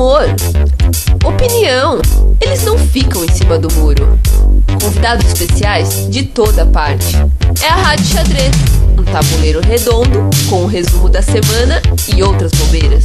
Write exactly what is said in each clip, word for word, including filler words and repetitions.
Humor, opinião, eles não ficam em cima do muro. Convidados especiais de toda parte. É a Rádio Xadrez, um tabuleiro redondo com o resumo da semana e outras bobeiras.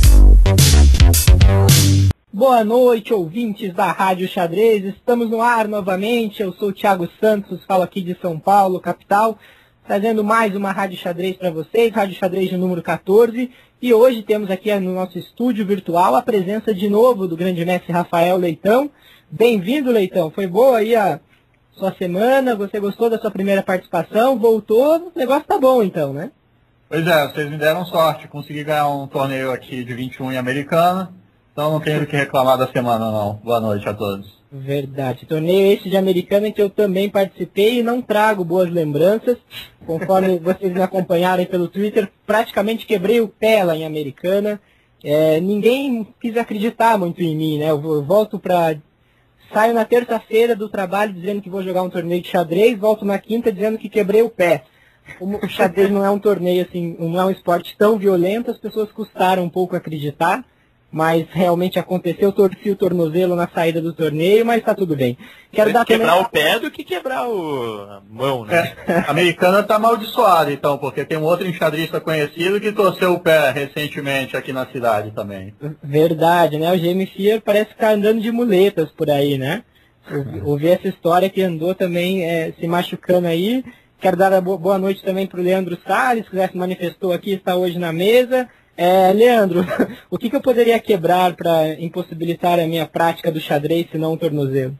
Boa noite, ouvintes da Rádio Xadrez. Estamos no ar novamente. Eu sou o Thiago Santos, falo aqui de São Paulo, capital, trazendo mais uma Rádio Xadrez para vocês, Rádio Xadrez de número quatorze. E hoje temos aqui no nosso estúdio virtual a presença de novo do grande mestre Rafael Leitão. Bem-vindo, Leitão. Foi boa aí a sua semana? Você gostou da sua primeira participação? Voltou? O negócio tá bom então, né? Pois é, vocês me deram sorte. Consegui ganhar um torneio aqui de vinte e um em Americana. Então não tenho do que reclamar da semana, não. Boa noite a todos. Verdade. Torneio esse de Americana em que eu também participei e não trago boas lembranças. Conforme vocês me acompanharem pelo Twitter, praticamente quebrei o pé lá em Americana. É, ninguém quis acreditar muito em mim, né? Eu volto pra... Saio na terça-feira do trabalho dizendo que vou jogar um torneio de xadrez, volto na quinta dizendo que quebrei o pé. Como o xadrez não é um torneio assim, não é um esporte tão violento, as pessoas custaram um pouco acreditar. Mas realmente aconteceu, torci o tornozelo na saída do torneio, mas tá tudo bem. Quero dar quebrar também... o pé do que quebrar o... a mão, né? É, a Americana tá amaldiçoada, então, porque tem um outro enxadrista conhecido que torceu o pé recentemente aqui na cidade também. Verdade, né? O Jamie Fear parece que tá andando de muletas por aí, né? Ouvi essa história que andou também é, se machucando aí. Quero dar a boa noite também pro Leandro Salles, que já se manifestou aqui, está hoje na mesa. É, Leandro, o que, que eu poderia quebrar para impossibilitar a minha prática do xadrez, se não um tornozelo?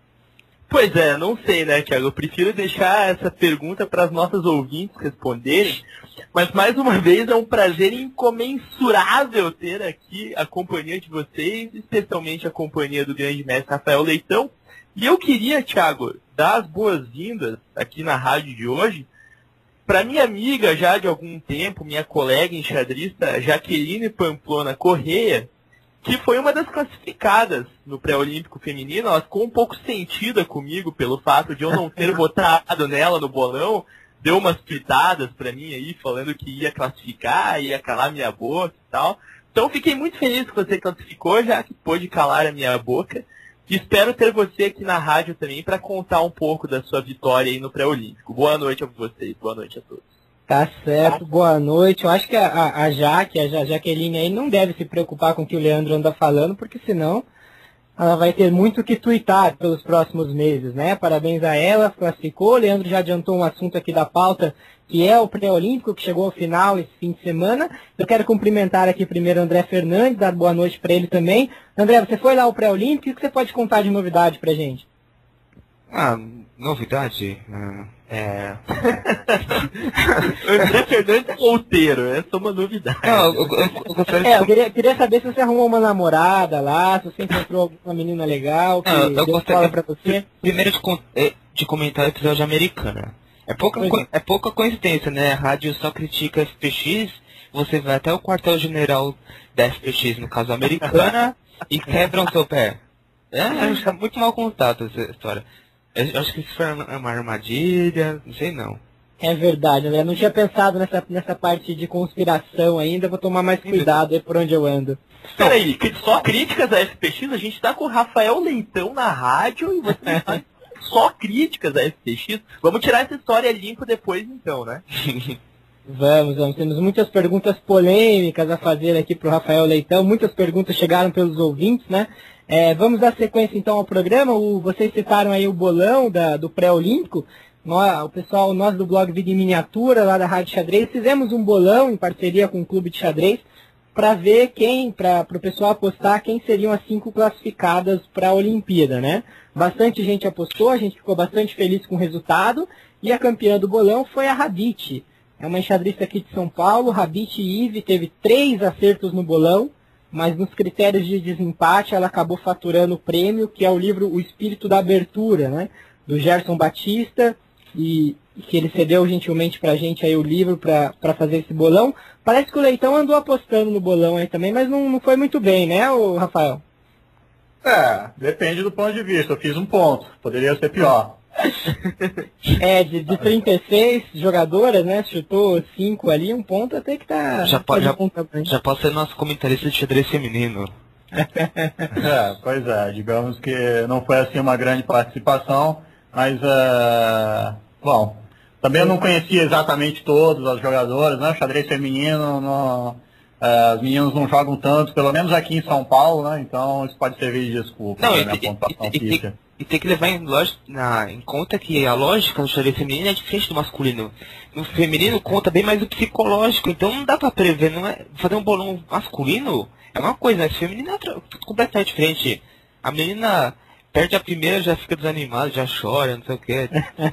Pois é, não sei, né, Thiago? Eu prefiro deixar essa pergunta para as nossas ouvintes responderem, mas mais uma vez é um prazer incomensurável ter aqui a companhia de vocês, especialmente a companhia do grande mestre Rafael Leitão. E eu queria, Thiago, dar as boas-vindas aqui na rádio de hoje para minha amiga já de algum tempo, minha colega enxadrista Jaqueline Pamplona Correia, que foi uma das classificadas no pré-olímpico feminino. Ela ficou um pouco sentida comigo pelo fato de eu não ter votado nela no bolão, deu umas pitadas para mim aí, falando que ia classificar, ia calar minha boca e tal. Então fiquei muito feliz que você classificou, já que pôde calar a minha boca. E espero ter você aqui na rádio também para contar um pouco da sua vitória aí no pré-olímpico. Boa noite a vocês, boa noite a todos. Tá certo, boa noite. Eu acho que a, a, a Jaque, a ja, Jaqueline aí não deve se preocupar com o que o Leandro anda falando, porque senão ela vai ter muito o que tuitar pelos próximos meses, né? Parabéns a ela, classificou. O Leandro já adiantou um assunto aqui da pauta, que é o pré-olímpico, que chegou ao final esse fim de semana. Eu quero cumprimentar aqui primeiro o André Fernandes, dar boa noite para ele também. André, você foi lá ao pré-olímpico, o que você pode contar de novidade pra gente? Ah, novidade? Ah, é... André Fernandes é solteiro, essa é uma novidade. Não, eu, eu, eu gostaria É, de... eu queria, queria saber se você arrumou uma namorada lá, se você encontrou alguma menina legal, que Não, eu deu gostaria fala pra você. primeiro de, con- eh, de comentar o episódio Americana. É pouca, Pois co- é. é pouca coincidência, né? A rádio só critica F P X, você vai até o quartel-general da F P X, no caso Americana, e quebram seu pé. É, é muito mal contado essa história. Eu acho que isso foi uma armadilha, não sei não. É verdade, André. Não tinha pensado nessa, nessa parte de conspiração ainda. Vou tomar mais cuidado aí por onde eu ando. Peraí, só críticas a F P X? A gente tá com o Rafael Leitão na rádio e você faz só críticas a F P X? Vamos tirar essa história limpo depois então, né? Vamos, vamos. Temos muitas perguntas polêmicas a fazer aqui pro Rafael Leitão. Muitas perguntas chegaram pelos ouvintes, né? É, vamos dar sequência então ao programa. O, vocês citaram aí o bolão da, do pré-olímpico. Nós, o pessoal, nós do blog Vida em Miniatura, lá da Rádio Xadrez, fizemos um bolão em parceria com o Clube de Xadrez para ver quem, para o pessoal apostar quem seriam as cinco classificadas para a Olimpíada, né? Bastante gente apostou, a gente ficou bastante feliz com o resultado, e a campeã do bolão foi a Rabite. É uma enxadrista aqui de São Paulo. Rabite Ive teve três acertos no bolão, mas nos critérios de desempate ela acabou faturando o prêmio, que é o livro O Espírito da Abertura, né? Do Gerson Batista, e que ele cedeu gentilmente pra gente aí o livro pra, pra fazer esse bolão. Parece que o Leitão andou apostando no bolão aí também, mas não, não foi muito bem, né, o Rafael? É, depende do ponto de vista. Eu fiz um ponto, poderia ser pior. É, de, de trinta e seis jogadoras, né? Chutou cinco ali, um ponto até que tá... Já, tá po- de já, bom tamanho. já pode ser nosso comentarista de xadrez feminino. É, pois é, digamos que não foi assim uma grande participação, mas, é, bom, também eu não conhecia exatamente todos os jogadores, né? O xadrez feminino, não, é, os meninos não jogam tanto, pelo menos aqui em São Paulo, né? Então isso pode servir de desculpa Não, pra e, minha e, pontuação e, e, física. e tem que levar em, lógica, na, em conta que a lógica do xadrez feminino é diferente do masculino. No feminino conta bem mais o psicológico, então não dá pra prever, não é? Fazer um bolão masculino é uma coisa, mas feminino é outra, completamente diferente. A menina perde a primeira, já fica desanimada, já chora, não sei o que.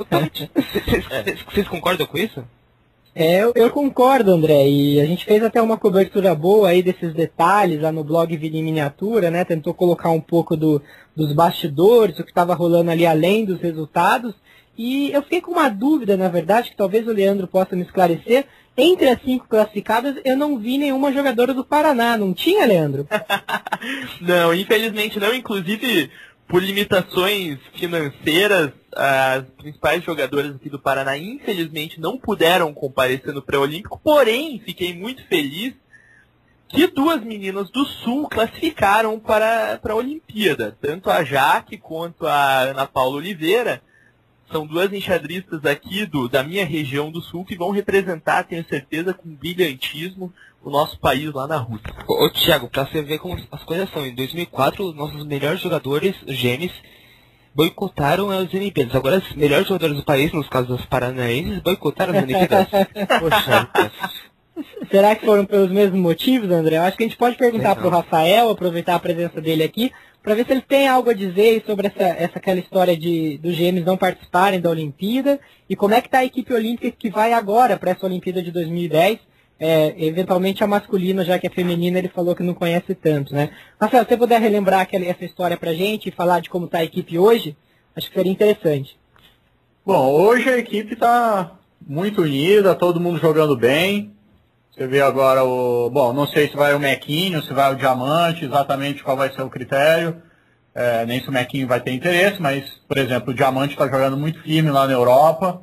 Vocês concordam com isso? É, eu, eu concordo, André, e a gente fez até uma cobertura boa aí desses detalhes lá no blog Vida em Miniatura, né? Tentou colocar um pouco do, dos bastidores, o que estava rolando ali além dos resultados. E eu fiquei com uma dúvida, na verdade, que talvez o Leandro possa me esclarecer. Entre as cinco classificadas, eu não vi nenhuma jogadora do Paraná. Não tinha, Leandro? Não, infelizmente não. Inclusive, por limitações financeiras, as principais jogadoras aqui do Paraná, infelizmente, não puderam comparecer no pré-olímpico. Porém, fiquei muito feliz que duas meninas do Sul classificaram para, para a Olimpíada. Tanto a Jaque quanto a Ana Paula Oliveira. São duas enxadristas aqui do, da minha região do Sul que vão representar, tenho certeza, com brilhantismo o nosso país lá na Rússia. Ô, ô Thiago, pra você ver como as coisas são, em dois mil e quatro, os nossos melhores jogadores, os gêmeos, boicotaram as Olimpíadas. Agora, os melhores jogadores do país, nos casos dos paranaenses, boicotaram as Olimpíadas. Poxa, será que foram pelos mesmos motivos, André? Eu acho que a gente pode perguntar para o Rafael, aproveitar a presença dele aqui, para ver se ele tem algo a dizer sobre essa, essa aquela história de dos gêmeos não participarem da Olimpíada e como é que está a equipe olímpica que vai agora para essa Olimpíada de dois mil e dez, é, eventualmente a masculina, já que a feminina ele falou que não conhece tanto, né? Rafael, se você puder relembrar aquela, essa história para a gente e falar de como está a equipe hoje, acho que seria interessante. Bom, hoje a equipe está muito unida, todo mundo jogando bem. Você vê agora o... Bom, não sei se vai o Mequinho, se vai o Diamante, exatamente qual vai ser o critério. É, nem se o Mequinho vai ter interesse, mas, por exemplo, o Diamante está jogando muito firme lá na Europa.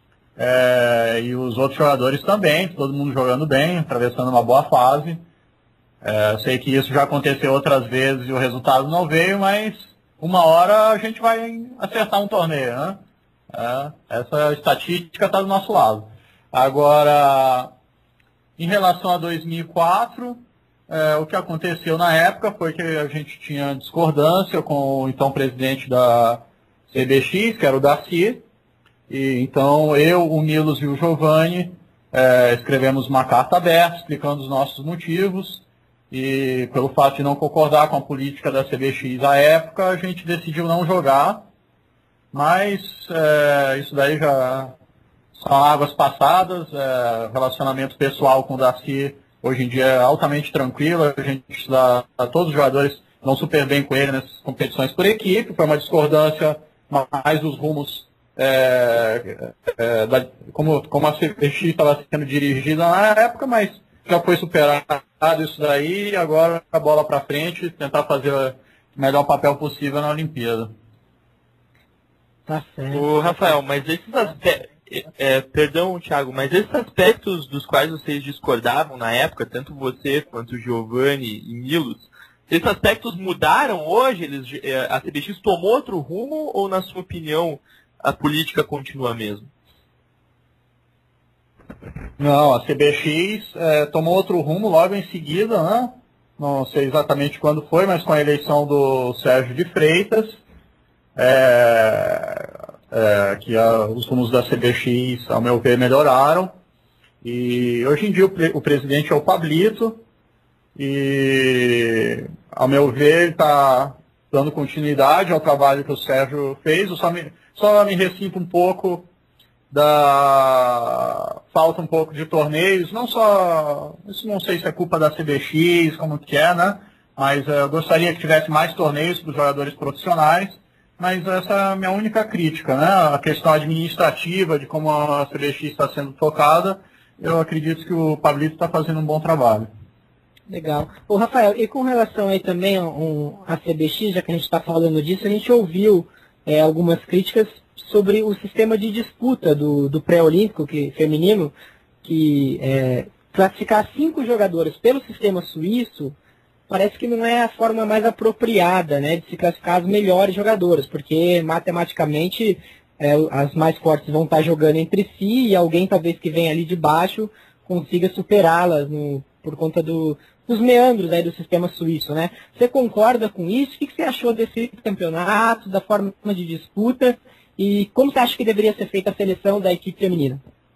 É, e os outros jogadores também, todo mundo jogando bem, atravessando uma boa fase. É, eu sei que isso já aconteceu outras vezes e o resultado não veio, mas uma hora a gente vai acertar um torneio, né? É, essa estatística está do nosso lado. Agora... Em relação a dois mil e quatro, é, o que aconteceu na época foi que a gente tinha discordância com o então presidente da C B X, que era o Darcy, e então eu, o Milos e o Giovanni é, escrevemos uma carta aberta explicando os nossos motivos, e pelo fato de não concordar com a política da C B X à época, a gente decidiu não jogar, mas é, isso daí já... São águas passadas, é, relacionamento pessoal com o Darcy hoje em dia é altamente tranquilo, a gente dá, todos os jogadores vão super bem com ele nessas competições por equipe, foi uma discordância mais dos rumos, é, é, da, como, como a C B X estava sendo dirigida na época, mas já foi superado isso daí, e agora a bola para frente, tentar fazer o melhor papel possível na Olimpíada. Tá certo. Ô, Rafael, mas esses aspectos... É, perdão, Thiago, mas esses aspectos dos quais vocês discordavam na época, tanto você quanto o Giovanni e Milos, esses aspectos mudaram hoje? Eles, a C B X tomou outro rumo ou, na sua opinião, a política continua mesmo? Não, a C B X é, tomou outro rumo logo em seguida, né? Não sei exatamente quando foi, mas com a eleição do Sérgio de Freitas, é, É, que a, os rumos da C B X, ao meu ver, melhoraram. E hoje em dia o, pre, o presidente é o Pablito, e, ao meu ver, ele está dando continuidade ao trabalho que o Sérgio fez. Eu só me, só me ressinto um pouco da falta um pouco de torneios, não só, isso não sei se é culpa da C B X, como que é, né? Mas é, eu gostaria que tivesse mais torneios para os jogadores profissionais. Mas essa é a minha única crítica, né? A questão administrativa de como a C B X está sendo tocada, eu acredito que o Pablito está fazendo um bom trabalho. Legal. Ô, Rafael, e com relação aí também a, um, a C B X, já que a gente está falando disso, a gente ouviu é, algumas críticas sobre o sistema de disputa do, do pré-olímpico que, feminino, que é, classificar cinco jogadores pelo sistema suíço parece que não é a forma mais apropriada, né, de se classificar as melhores jogadoras, porque matematicamente é, as mais fortes vão estar jogando entre si e alguém talvez que venha ali de baixo consiga superá-las no, por conta do, dos meandros aí do sistema suíço, né? Você concorda com isso? O que você achou desse campeonato, da forma de disputa e como você acha que deveria ser feita a seleção da equipe feminina?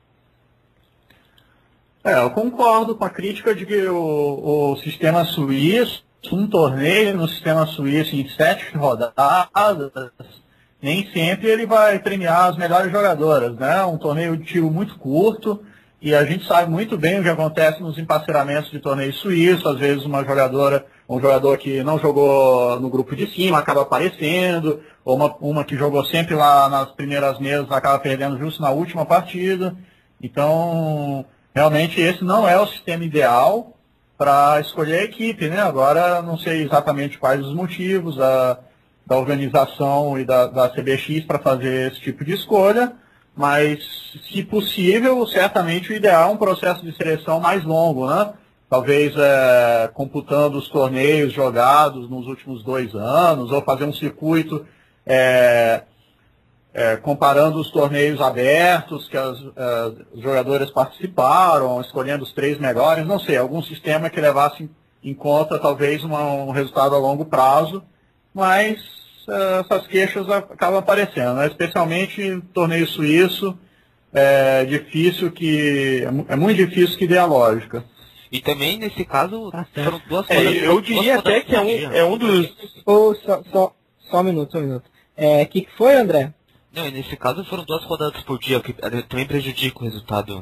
É, eu concordo com a crítica de que o, o sistema suíço, um torneio no sistema suíço em sete rodadas, nem sempre ele vai premiar as melhores jogadoras, né? Um torneio de tiro muito curto, e a gente sabe muito bem o que acontece nos emparceramentos de torneio suíço. Às vezes uma jogadora, um jogador que não jogou no grupo de cima acaba aparecendo, ou uma, uma que jogou sempre lá nas primeiras mesas acaba perdendo justo na última partida. Então, realmente esse não é o sistema ideal para escolher a equipe, né? Agora, não sei exatamente quais os motivos da, da organização e da, da C B X para fazer esse tipo de escolha, mas, se possível, certamente o ideal é um processo de seleção mais longo, né? Talvez é, computando os torneios jogados nos últimos dois anos, ou fazer um circuito é, é, comparando os torneios abertos que as, as jogadoras participaram, escolhendo os três melhores, não sei, algum sistema que levasse em conta talvez uma, um resultado a longo prazo, mas essas queixas acabam aparecendo, né? Especialmente em torneio suíço, é difícil que é muito difícil que dê a lógica. E também nesse caso Ah, foram duas É, rodadas- eu diria duas até rodadas que é por um, dia. é um dos. Ô, só, só, só um minuto, só um minuto. É, o que, que foi, André? Não, e nesse caso foram duas rodadas por dia, o que eh, também prejudica o resultado.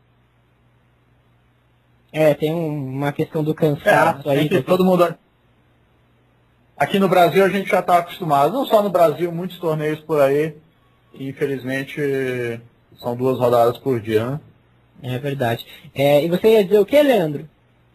É, tem um- uma questão do cansaço É, aí. sempre todo mundo. Aqui no Brasil a gente já está acostumado, não só no Brasil, muitos torneios por aí, e infelizmente são duas rodadas por dia, né? É verdade. É, e você ia dizer o que, Leandro?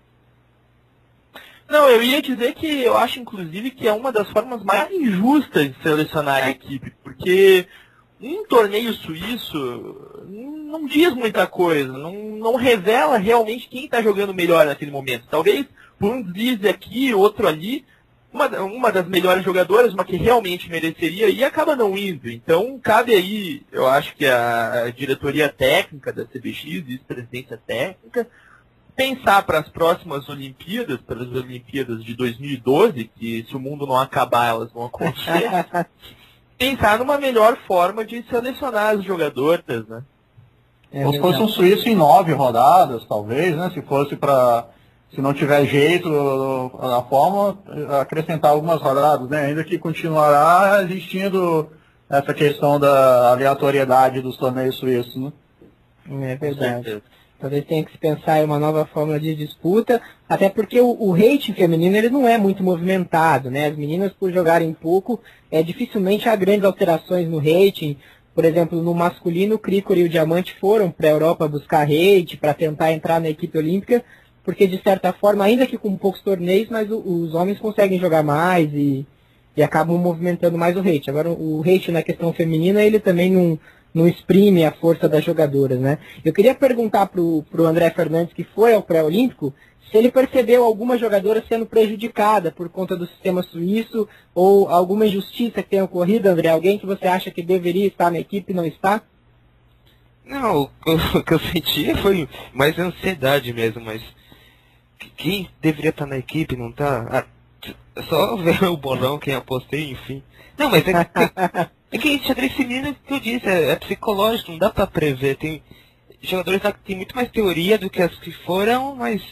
Não, eu ia dizer que eu acho, inclusive, que é uma das formas mais injustas de selecionar a equipe, porque um torneio suíço não diz muita coisa, não, não revela realmente quem está jogando melhor naquele momento. Talvez por um deslize aqui, outro ali, uma, uma das melhores jogadoras, uma que realmente mereceria, e acaba não indo. Então, cabe aí, eu acho que a diretoria técnica da C B X, vice-presidência técnica, pensar para as próximas Olimpíadas, para as Olimpíadas de dois mil e doze, que se o mundo não acabar, elas vão acontecer, pensar numa melhor forma de selecionar as jogadoras, né? É Ou se fosse um verdade. suíço em nove rodadas, talvez, né? Se fosse para, se não tiver jeito a forma, acrescentar algumas rodadas, né? Ainda que continuará existindo essa questão da aleatoriedade dos torneios suíços, né? É verdade. Talvez tenha que se pensar em uma nova forma de disputa, até porque o, o rating feminino ele não é muito movimentado, né? As meninas, por jogarem pouco, é, dificilmente há grandes alterações no rating. Por exemplo, no masculino, o Cricor e o Diamante foram para a Europa buscar rate, para tentar entrar na equipe olímpica, porque de certa forma, ainda que com poucos torneios, mas o, os homens conseguem jogar mais e, e acabam movimentando mais o rate. Agora, o rate na questão feminina, ele também não... não exprime a força das jogadoras, né? Eu queria perguntar pro, pro André Fernandes, que foi ao pré-olímpico, se ele percebeu alguma jogadora sendo prejudicada por conta do sistema suíço ou alguma injustiça que tenha ocorrido, André? Alguém que você acha que deveria estar na equipe e não está? Não, o que eu- o que eu senti foi mais ansiedade mesmo, mas quem deveria estar na equipe não tá? Ah, é só ver o bolão, quem apostei, enfim. Não, mas é que, é que xadrez feminino, que eu disse, é, é psicológico, não dá pra prever. Tem jogadores lá que tem muito mais teoria do que as que foram, mas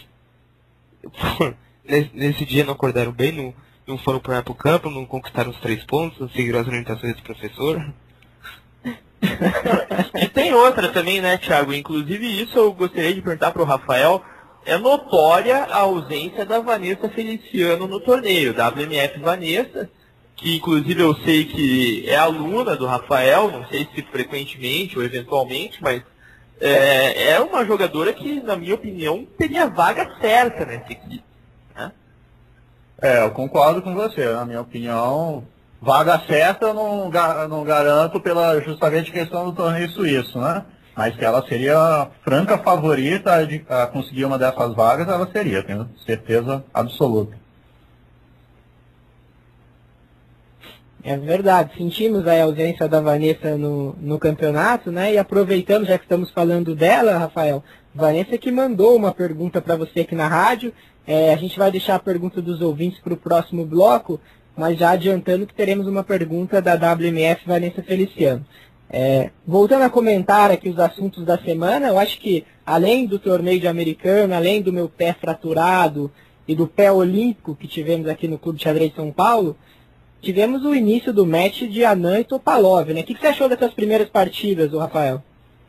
pô, nesse, nesse dia não acordaram bem, não, não foram para o campo, não conquistaram os três pontos, não seguiram as orientações do professor. E tem outra também, né, Thiago? Inclusive isso eu gostaria de perguntar para o Rafael. É notória a ausência da Vanessa Feliciano no torneio, W M F Vanessa, que inclusive eu sei que é aluna do Rafael, não sei se frequentemente ou eventualmente, mas é, é uma jogadora que, na minha opinião, teria vaga certa nessa equipe. Né? É, eu concordo com você. Na minha opinião, vaga certa eu não, ga- não garanto pela justamente questão do torneio suíço, né? Mas que ela seria a franca favorita de a conseguir uma dessas vagas, ela seria, tenho certeza absoluta. É verdade, sentimos a ausência da Vanessa no, no campeonato, né? E aproveitando, já que estamos falando dela, Rafael, Vanessa que mandou uma pergunta para você aqui na rádio. É, a gente vai deixar a pergunta dos ouvintes para o próximo bloco, mas já adiantando que teremos uma pergunta da W M F Vanessa Feliciano. É, voltando a comentar aqui os assuntos da semana, eu acho que além do torneio de Americana, além do meu pé fraturado e do pé olímpico que tivemos aqui no Clube de Xadrez de São Paulo, tivemos o início do match de Anand e Topalov, né? O que você achou dessas primeiras partidas, o Rafael?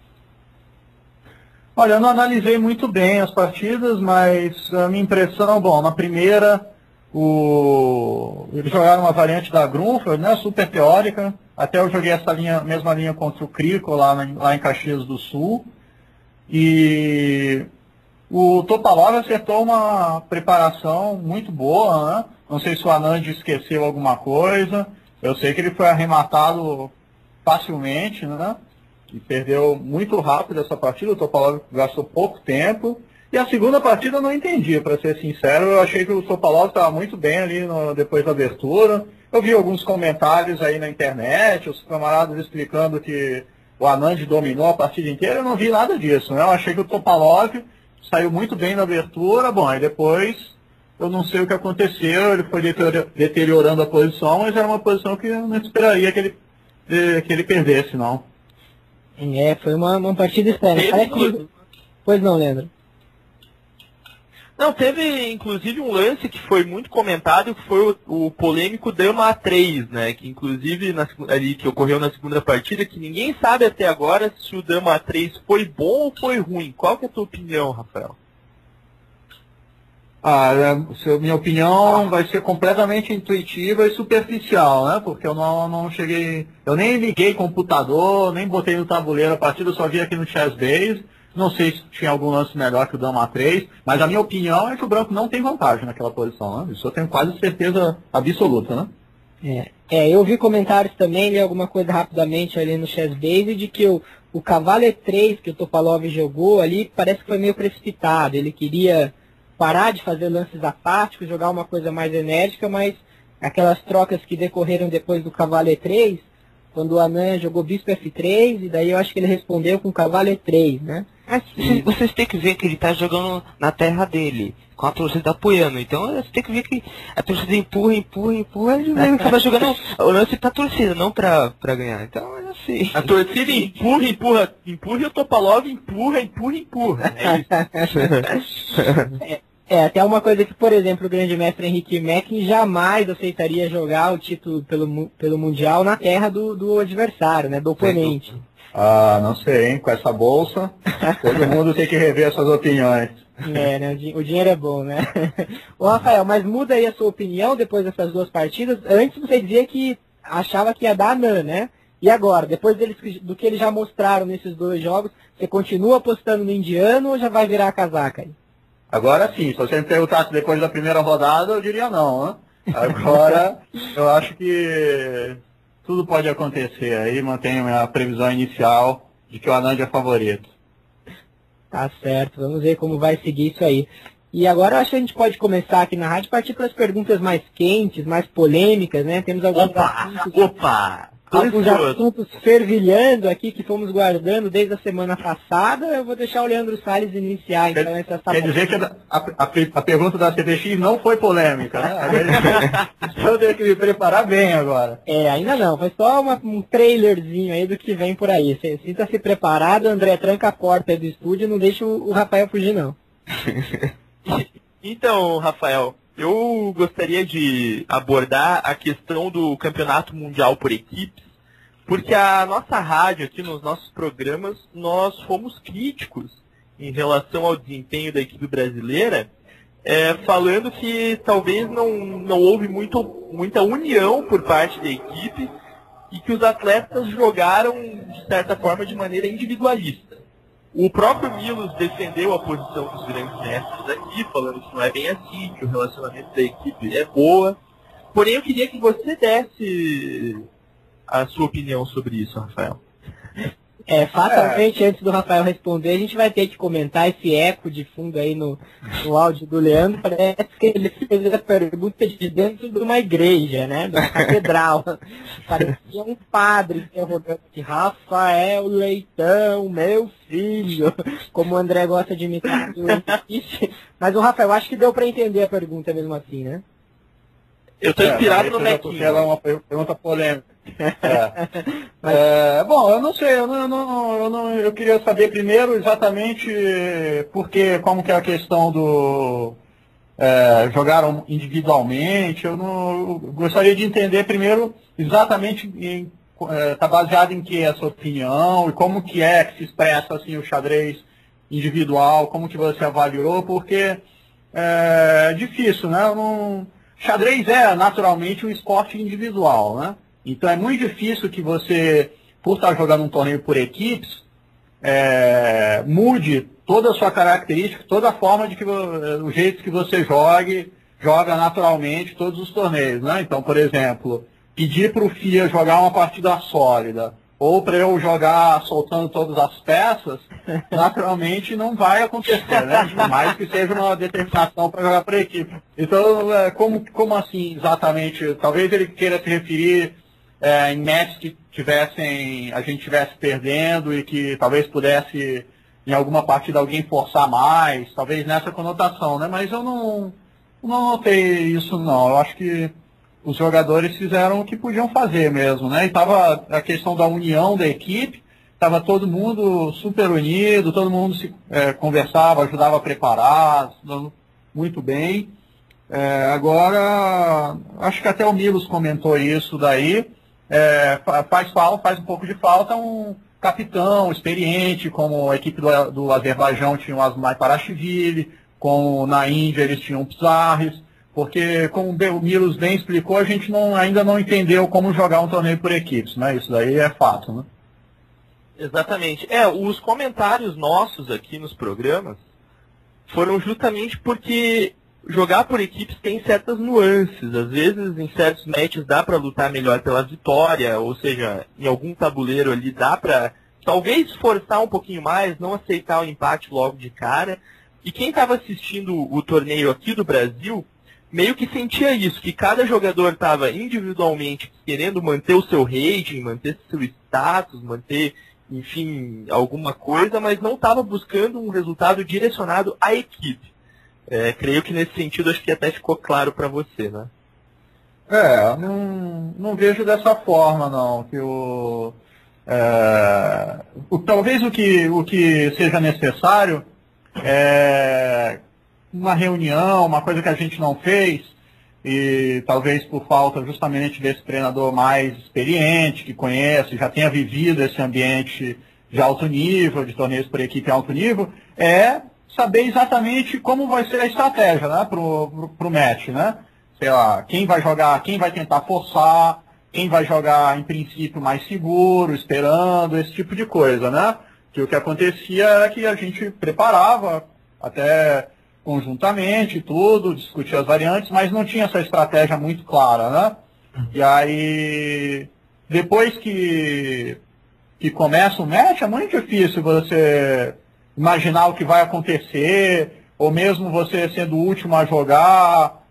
Olha, eu não analisei muito bem as partidas, mas a minha impressão, bom, na primeira, o... eles jogaram uma variante da Grunfeld, né, super teórica. Até eu joguei essa linha, mesma linha contra o Crico lá, na, lá em Caxias do Sul. E o Topalov acertou uma preparação muito boa, né? Não sei se o Anand esqueceu alguma coisa. Eu sei que ele foi arrematado facilmente, né? E perdeu muito rápido essa partida. O Topalov gastou pouco tempo. E a segunda partida eu não entendi, para ser sincero. Eu achei que o Topalov estava muito bem ali no, depois da abertura. Eu vi alguns comentários aí na internet, os camaradas explicando que o Anand dominou a partida inteira. Eu não vi nada disso, né? Eu achei que o Topalov saiu muito bem na abertura. Bom, aí depois eu não sei o que aconteceu. Ele foi deteriorando a posição, mas era uma posição que eu não esperaria que ele, que ele perdesse, não. É, foi uma, uma partida estranha. Parece que... Pois não, Leandro. Não, teve inclusive um lance que foi muito comentado, que foi o, o polêmico Dama A três, né? Que inclusive na, ali, que ocorreu na segunda partida, que ninguém sabe até agora se o Dama A três foi bom ou foi ruim. Qual que é a tua opinião, Rafael? Ah, é, minha opinião vai ser completamente intuitiva e superficial, né? Porque eu não, não cheguei, eu nem liguei computador, nem botei no tabuleiro a partida, eu só vi aqui no Chessbase. Não sei se tinha algum lance melhor que o Dama A três, mas a minha opinião é que o branco não tem vantagem naquela posição, né? Isso eu tenho quase certeza absoluta, né? É, é, eu vi comentários também, li alguma coisa rapidamente ali no Chessbase, de que o, o cavalo E três que o Topalov jogou ali parece que foi meio precipitado. Ele queria parar de fazer lances apáticos, jogar uma coisa mais enérgica, mas aquelas trocas que decorreram depois do cavalo E três, quando o Anand jogou bispo F três, e daí eu acho que ele respondeu com cavalo E três, né? Mas vocês têm que ver que ele está jogando na terra dele, com a torcida apoiando. Então você tem que ver que a torcida empurra, empurra, empurra, e ele acaba jogando o lance pra torcida, não pra, pra ganhar. Então é assim. A torcida empurra, empurra, empurra, e o Topalov empurra, empurra, empurra. É isso. é, é, até uma coisa que, por exemplo, o grande mestre Henrique Mackin jamais aceitaria jogar o título pelo, pelo Mundial na terra do, do adversário, né, do oponente. Ah, não sei, hein? Com essa bolsa, todo mundo tem que rever suas opiniões. É, né? O dinheiro é bom, né? Ô, Rafael, mas muda aí a sua opinião depois dessas duas partidas. Antes você dizia que achava que ia dar Anand, né? E agora, depois deles, do que eles já mostraram nesses dois jogos, você continua apostando no indiano ou já vai virar a casaca aí? Agora sim, se você me perguntasse depois da primeira rodada, eu diria não, né? Agora, eu acho que tudo pode acontecer aí, mantenho a previsão inicial de que o Anand é favorito. Tá certo, vamos ver como vai seguir isso aí. E agora eu acho que a gente pode começar aqui na rádio, partir para as perguntas mais quentes, mais polêmicas, né? Temos alguns opa, assuntos, opa, alguns assuntos fervilhando aqui que fomos guardando desde a semana passada. Eu vou deixar o Leandro Salles iniciar então quer, essa Quer dizer que a, a, a pergunta da C T X não foi polêmica, né? Eu tenho que me preparar bem agora. É, ainda não, foi só uma, um trailerzinho aí do que vem por aí. Sinta-se preparado, André, tranca a porta aí do estúdio e não deixa o, o Rafael fugir não. Então, Rafael, eu gostaria de abordar a questão do campeonato mundial por equipes, porque a nossa rádio aqui nos nossos programas, nós fomos críticos em relação ao desempenho da equipe brasileira, é, falando que talvez não, não houve muito, muita união por parte da equipe e que os atletas jogaram, de certa forma, de maneira individualista. O próprio Milos defendeu a posição dos grandes mestres aqui, falando que não é bem assim, que o relacionamento da equipe é boa. Porém, eu queria que você desse a sua opinião sobre isso, Rafael. É, fatalmente, é. Antes do Rafael responder, a gente vai ter que comentar esse eco de fundo aí no, no áudio do Leandro. Parece que ele fez a pergunta de dentro de uma igreja, né? De uma catedral. Parecia um padre interrogando aqui, Rafael Leitão, meu filho. Como o André gosta de imitar o Henrique. Mas o Rafael, acho que deu para entender a pergunta mesmo assim, né? Eu tô inspirado é, no Mequinho. Porque ela é uma pergunta polêmica. É. Mas... É, bom, eu não sei, eu, não, eu, não, eu, não, eu queria saber primeiro exatamente porque, como que é a questão do é, jogaram individualmente, eu não eu gostaria de entender primeiro exatamente em, é, tá baseado em que essa opinião e como que é que se expressa assim o xadrez individual, como que você avaliou, porque é difícil, né? Eu não, xadrez é naturalmente um esporte individual, né? Então é muito difícil que você, por estar jogando um torneio por equipes, é, mude toda a sua característica, toda a forma de que o jeito que você jogue, joga naturalmente todos os torneios, né? Então, por exemplo, pedir para o F I A jogar uma partida sólida, ou para eu jogar soltando todas as peças, naturalmente não vai acontecer, né? Por mais que seja uma determinação para jogar por equipe. Então, como, como assim exatamente? Talvez ele queira se referir é, em matches que tivessem, a gente estivesse perdendo e que talvez pudesse, em alguma partida, alguém forçar mais, talvez nessa conotação, né? Mas eu não, não notei isso, não. Eu acho que os jogadores fizeram o que podiam fazer mesmo, né? E estava a questão da união da equipe, estava todo mundo super unido, todo mundo se é, conversava, ajudava a preparar, muito bem. É, agora, acho que até o Milos comentou isso daí, é, faz falta, faz um pouco de falta um capitão experiente, como a equipe do, do Azerbaijão tinha o Asmai Parashvili, como na Índia eles tinham Psaris, porque, como o Milos bem explicou, a gente não, ainda não entendeu como jogar um torneio por equipes, né? Isso daí é fato, né? Exatamente. É, os comentários nossos aqui nos programas foram justamente porque jogar por equipes tem certas nuances. Às vezes, em certos matches, dá para lutar melhor pela vitória, ou seja, em algum tabuleiro ali dá para talvez forçar um pouquinho mais, não aceitar o empate logo de cara. E quem estava assistindo o torneio aqui do Brasil meio que sentia isso, que cada jogador estava individualmente querendo manter o seu rating, manter seu status, manter, enfim, alguma coisa, mas não estava buscando um resultado direcionado à equipe. É, creio que nesse sentido acho que até ficou claro para você, né? É, não, não vejo dessa forma, não. Que o, é, o, talvez o que, o que seja necessário é uma reunião, uma coisa que a gente não fez, e talvez por falta justamente desse treinador mais experiente, que conhece, já tenha vivido esse ambiente de alto nível, de torneios por equipe de alto nível, é saber exatamente como vai ser a estratégia, né, pro, pro match, né? Sei lá, quem vai jogar, quem vai tentar forçar, quem vai jogar em princípio mais seguro, esperando, esse tipo de coisa, né? Que o que acontecia era que a gente preparava até conjuntamente e tudo, discutia as variantes, mas não tinha essa estratégia muito clara, né? E aí, depois que, que começa o match, é muito difícil você imaginar o que vai acontecer, ou mesmo você sendo o último a jogar,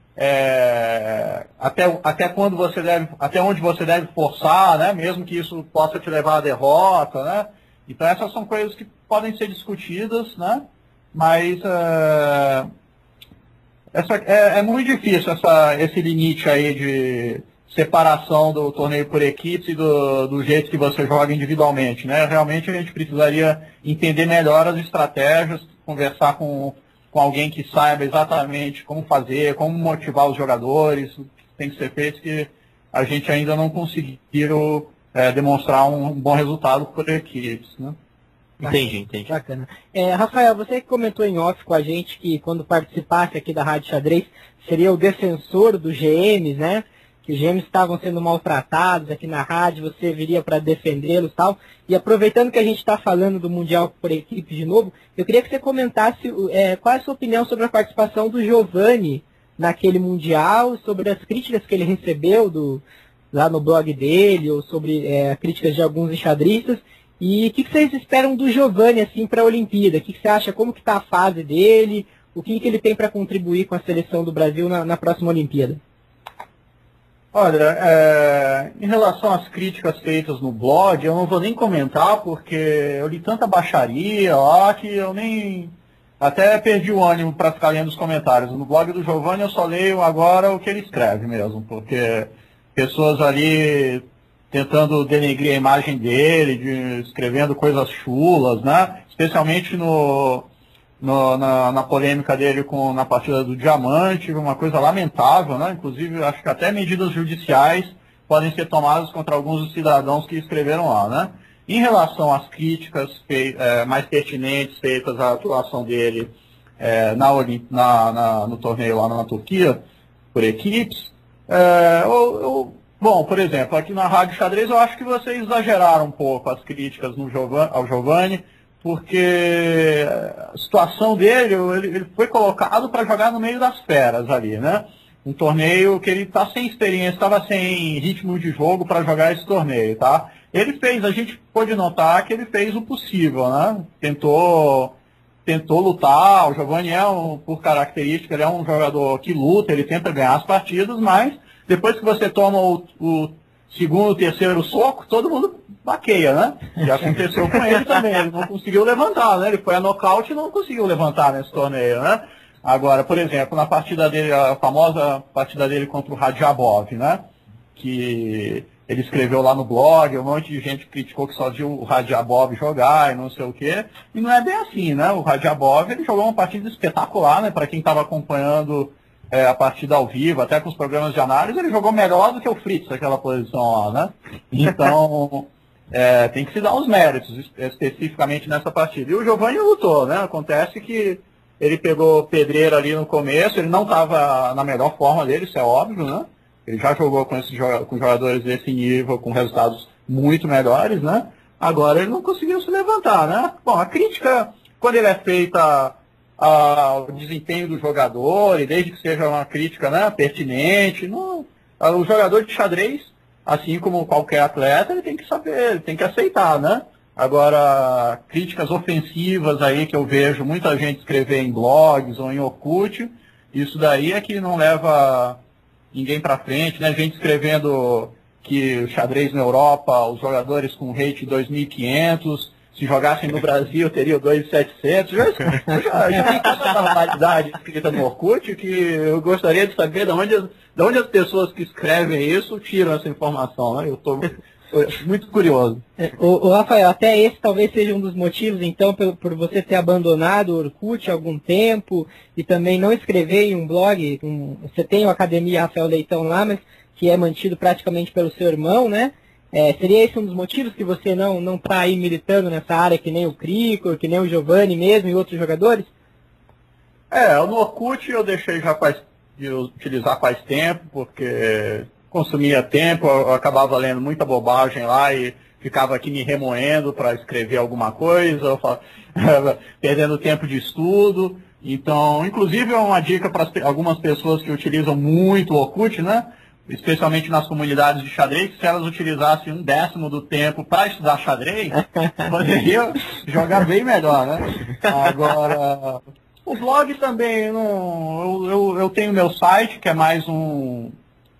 é, até, até quando você deve, até onde você deve forçar, né? Mesmo que isso possa te levar à derrota, né? Então essas são coisas que podem ser discutidas, né? Mas uh, essa, é, é muito difícil essa, esse limite aí de separação do torneio por equipes e do, do jeito que você joga individualmente, né? Realmente a gente precisaria entender melhor as estratégias, conversar com, com alguém que saiba exatamente como fazer, como motivar os jogadores, o que tem que ser feito, que a gente ainda não conseguiu é, demonstrar um, um bom resultado por equipes, né? Entendi, entendi. Bacana. É, Rafael, você que comentou em off com a gente que quando participasse aqui da Rádio Xadrez seria o defensor dos G Ms, né? Que os G Ms estavam sendo maltratados aqui na rádio, você viria para defendê-los e tal. E aproveitando que a gente está falando do Mundial por equipe de novo, eu queria que você comentasse é, qual é a sua opinião sobre a participação do Giovanni naquele Mundial, sobre as críticas que ele recebeu do, lá no blog dele, ou sobre é, críticas de alguns enxadristas. E o que, que vocês esperam do Giovani assim, para a Olimpíada? O que, que você acha? Como que está a fase dele? O que, que ele tem para contribuir com a seleção do Brasil na, na próxima Olimpíada? Olha, é, em relação às críticas feitas no blog, eu não vou nem comentar, porque eu li tanta baixaria lá que eu nem... Até perdi o ânimo para ficar lendo os comentários. No blog do Giovani eu só leio agora o que ele escreve mesmo, porque pessoas ali tentando denegrir a imagem dele, de, escrevendo coisas chulas, né? Especialmente no, no, na, na polêmica dele com, na partida do Diamante, uma coisa lamentável, né? Inclusive, acho que até medidas judiciais podem ser tomadas contra alguns dos cidadãos que escreveram lá, né? Em relação às críticas fei, é, mais pertinentes feitas à atuação dele é, na, na, na, no torneio lá na Turquia, por equipes, é, eu, eu, bom, por exemplo, aqui na Rádio Xadrez eu acho que vocês exageraram um pouco as críticas no Giovani, ao Giovani, porque a situação dele, ele, ele foi colocado para jogar no meio das feras ali, né? Um torneio que ele está sem experiência, estava sem ritmo de jogo para jogar esse torneio, tá? Ele fez, a gente pôde notar que ele fez o possível, né? Tentou, tentou lutar, o Giovani é, um, por característica, ele é um jogador que luta, ele tenta ganhar as partidas, mas depois que você toma o, o segundo, terceiro soco, todo mundo baqueia, né? Já aconteceu com ele também, ele não conseguiu levantar, né? Ele foi a nocaute e não conseguiu levantar nesse torneio, né? Agora, por exemplo, na partida dele, a famosa partida dele contra o Radjabov, né? Que ele escreveu lá no blog, um monte de gente criticou que só viu o Radjabov jogar e não sei o quê. E não é bem assim, né? O Radjabov, ele jogou uma partida espetacular, né? Para quem estava acompanhando é, a partida ao vivo, até com os programas de análise, ele jogou melhor do que o Fritz, aquela posição lá, né? Então, é, tem que se dar os méritos, especificamente nessa partida. E o Giovani lutou, né? Acontece que ele pegou pedreira ali no começo, ele não estava na melhor forma dele, isso é óbvio, né? Ele já jogou com, esses, com jogadores desse nível, com resultados muito melhores, né? Agora ele não conseguiu se levantar, né? Bom, a crítica, quando ele é feita ao desempenho do jogador, e desde que seja uma crítica, né, pertinente, não, o jogador de xadrez, assim como qualquer atleta, ele tem que saber, ele tem que aceitar, né? Agora, críticas ofensivas aí que eu vejo muita gente escrever em blogs ou em Orkut, isso daí é que não leva ninguém para frente, né? Gente escrevendo que o xadrez na Europa, os jogadores com rate dois mil e quinhentos, se jogassem no Brasil teriam dois mil e setecentos. Já, já, já tem tanta barbaridade escrita no Orkut que eu gostaria de saber de onde, de onde as pessoas que escrevem isso tiram essa informação, né? Eu estou muito curioso. O, o Rafael, até esse talvez seja um dos motivos, então, por, por você ter abandonado o Orkut há algum tempo e também não escrever em um blog. Um, você tem o Academia Rafael Leitão lá, mas que é mantido praticamente pelo seu irmão, né? É, seria esse um dos motivos que você não não está aí militando nessa área, que nem o Cricor, que nem o Giovani mesmo e outros jogadores? É, no Orkut eu deixei já faz, de utilizar faz tempo, porque consumia tempo, eu acabava lendo muita bobagem lá e ficava aqui me remoendo para escrever alguma coisa, eu falo, perdendo tempo de estudo. Então, inclusive é uma dica para algumas pessoas que utilizam muito o Orkut, né? Especialmente nas comunidades de xadrez, se elas utilizassem um décimo do tempo para estudar xadrez, poderiam jogar bem melhor, né? Agora, o blog também, não, eu, eu, eu tenho meu site, que é mais um,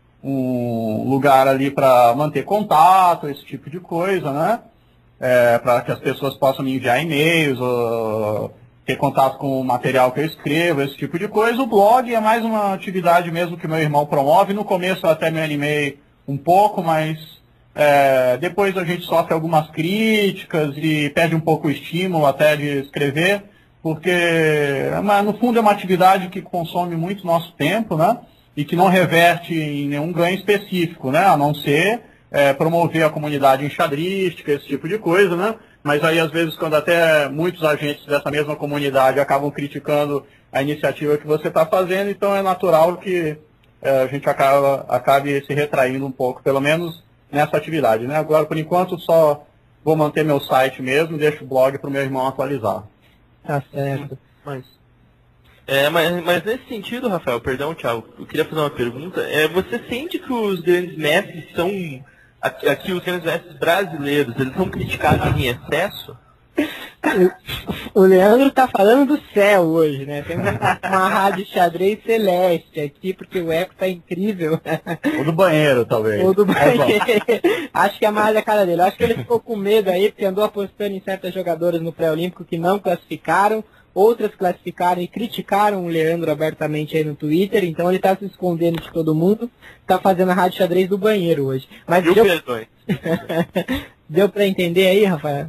um lugar ali para manter contato, esse tipo de coisa, né? É, para que as pessoas possam me enviar e-mails, ou ter contato com o material que eu escrevo, esse tipo de coisa. O blog é mais uma atividade mesmo que meu irmão promove. No começo eu até me animei um pouco, mas é, depois a gente sofre algumas críticas e perde um pouco o estímulo até de escrever, porque mas, no fundo é uma atividade que consome muito nosso tempo, né? E que não reverte em nenhum ganho específico, né? A não ser é, promover a comunidade enxadrística, esse tipo de coisa, né? Mas aí, às vezes, quando até muitos agentes dessa mesma comunidade acabam criticando a iniciativa que você está fazendo, então é natural que é, a gente acaba, acabe se retraindo um pouco, pelo menos nessa atividade, né? Agora, por enquanto, só vou manter meu site mesmo, deixo o blog para o meu irmão atualizar. Tá certo. Mas, é, mas, mas nesse sentido, Rafael, perdão, Thiago, eu queria fazer uma pergunta. É, você sente que os grandes mestres são aqui, aqui os M S brasileiros, eles são criticados em excesso? O Leandro tá falando do céu hoje, né? Tem uma, uma rádio xadrez celeste aqui, porque o eco tá incrível. Ou do banheiro, talvez. Ou do banheiro. Acho que é mais a cara dele. Acho que ele ficou com medo aí, porque andou apostando em certas jogadoras no pré-olímpico que não classificaram, outras classificaram e criticaram o Leandro abertamente aí no Twitter, então ele tá se escondendo de todo mundo, tá fazendo a rádio xadrez do banheiro hoje. Mas Mil deu... perdões. Deu pra entender aí, Rafael?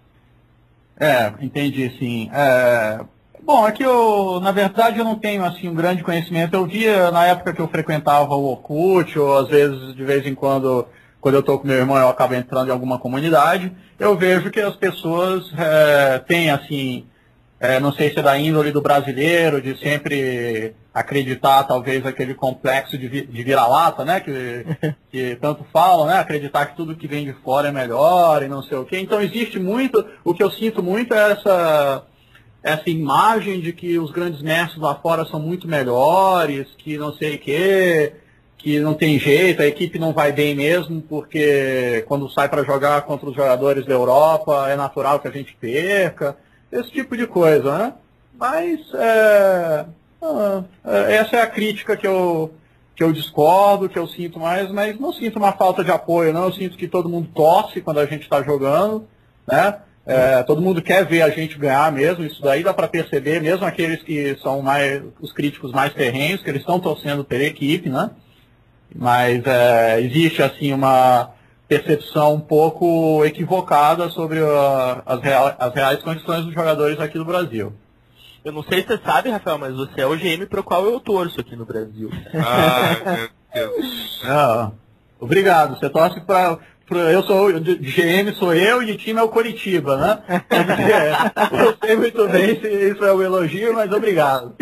É, entendi, sim. É... Bom, aqui eu, na verdade, eu não tenho, assim, um grande conhecimento. Eu via, na época que eu frequentava o Orkut, ou às vezes, de vez em quando, quando eu estou com meu irmão, eu acabo entrando em alguma comunidade, eu vejo que as pessoas é, têm, assim, é, não sei se é da índole do brasileiro, de sempre acreditar, talvez, aquele complexo de, vi, de vira-lata, né, que, que tanto falam, né, acreditar que tudo que vem de fora é melhor e não sei o quê. Então, existe muito, o que eu sinto muito é essa, essa imagem de que os grandes mestres lá fora são muito melhores, que não sei o quê, que não tem jeito, a equipe não vai bem mesmo, porque quando sai para jogar contra os jogadores da Europa, é natural que a gente perca. Esse tipo de coisa, né? Mas é, essa é a crítica que eu, que eu discordo, que eu sinto mais, mas não sinto uma falta de apoio, não. Eu sinto que todo mundo torce quando a gente está jogando, né? É, todo mundo quer ver a gente ganhar mesmo, isso daí dá para perceber, mesmo aqueles que são mais, os críticos mais ferrenhos, que eles estão torcendo pela equipe, né? Mas é, existe, assim, uma percepção um pouco equivocada sobre uh, as, real, as reais condições dos jogadores aqui do Brasil. Eu não sei se você sabe, Rafael, mas você é o G M pro qual eu torço aqui no Brasil. Ah, meu Deus. Ah, obrigado. Você torce para... Eu sou de G M, sou eu, e de time é o Coritiba, né? Eu sei muito bem se isso é um elogio, mas obrigado.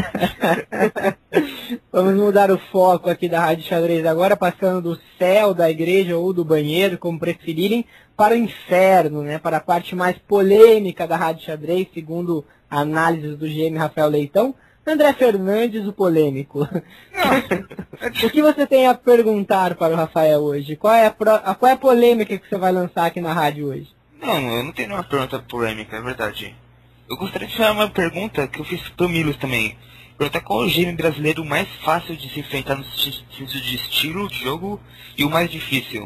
Vamos mudar o foco aqui da Rádio Xadrez agora, passando do céu, da igreja ou do banheiro, como preferirem, para o inferno, né? Para a parte mais polêmica da Rádio Xadrez, segundo análises do G M Rafael Leitão. André Fernandes, o polêmico. O que você tem a perguntar para o Rafael hoje? Qual é a, pro... qual é a polêmica que você vai lançar aqui na rádio hoje? Não, eu não tenho nenhuma pergunta polêmica, é verdade. Eu gostaria de fazer uma pergunta que eu fiz pro Milos também. Perguntar qual é o G M brasileiro mais fácil de se enfrentar no sentido de estilo de jogo e o mais difícil?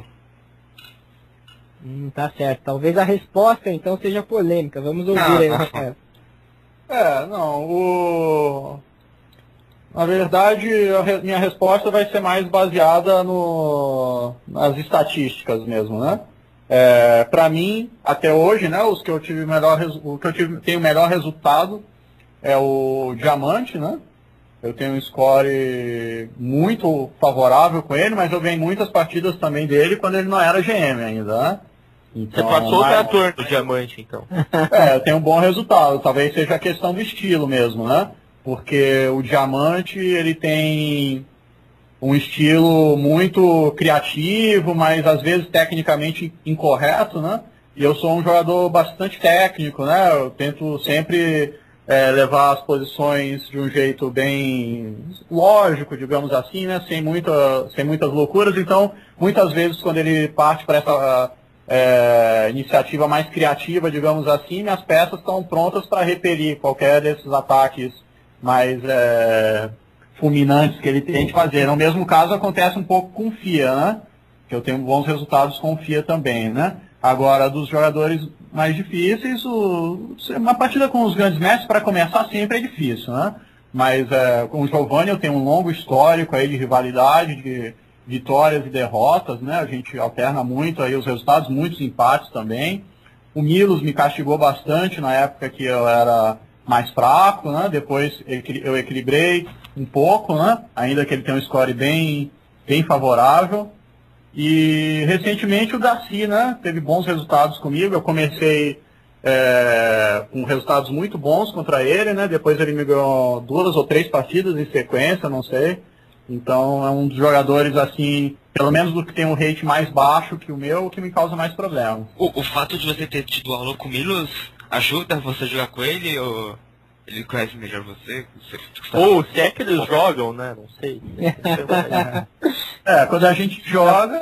Hum, tá certo. Talvez a resposta, então, seja polêmica. Vamos ouvir Não, aí, não. Rafael. É, não, o... Na verdade, a re... minha resposta vai ser mais baseada no... nas estatísticas mesmo, né? É, para mim, até hoje, né, os que eu tive melhor, res... o que eu tive... tenho melhor resultado é o Diamante, né? Eu tenho um score muito favorável com ele, mas eu ganhei muitas partidas também dele quando ele não era G M ainda, né? Então, Você passou mas... o trator do Diamante, então. É, eu tenho um bom resultado. Talvez seja a questão do estilo mesmo, né? Porque o Diamante, ele tem um estilo muito criativo, mas às vezes tecnicamente incorreto, né? E eu sou um jogador bastante técnico, né? Eu tento sempre é, levar as posições de um jeito bem lógico, digamos assim, né? Sem, muita, sem muitas loucuras. Então, muitas vezes, quando ele parte para essa... É, iniciativa mais criativa, digamos assim, minhas peças estão prontas para repelir qualquer desses ataques mais é, fulminantes que ele tente fazer. No mesmo caso acontece um pouco com o F I A, né? Que eu tenho bons resultados com o F I A também, né? Agora, dos jogadores mais difíceis, o, uma partida com os grandes mestres, para começar, sempre é difícil, né? Mas é, com o Giovanni eu tenho um longo histórico aí de rivalidade, de vitórias e derrotas, né? A gente alterna muito aí os resultados, muitos empates também. O Milos me castigou bastante na época que eu era mais fraco, né? Depois eu equilibrei um pouco, né? Ainda que ele tenha um score bem, bem favorável. E recentemente o Darcy, né? Teve bons resultados comigo. Eu comecei é, com resultados muito bons contra ele, né? Depois ele me ganhou duas ou três partidas em sequência, não sei. Então é um dos jogadores, assim, pelo menos do que tem um rate mais baixo que o meu, que me causa mais problemas. O, o fato de você ter tido aula com o Milos ajuda você a jogar com ele, ou ele conhece melhor você? você Ou se é que eles jogam, né? Não sei. É, quando a gente joga,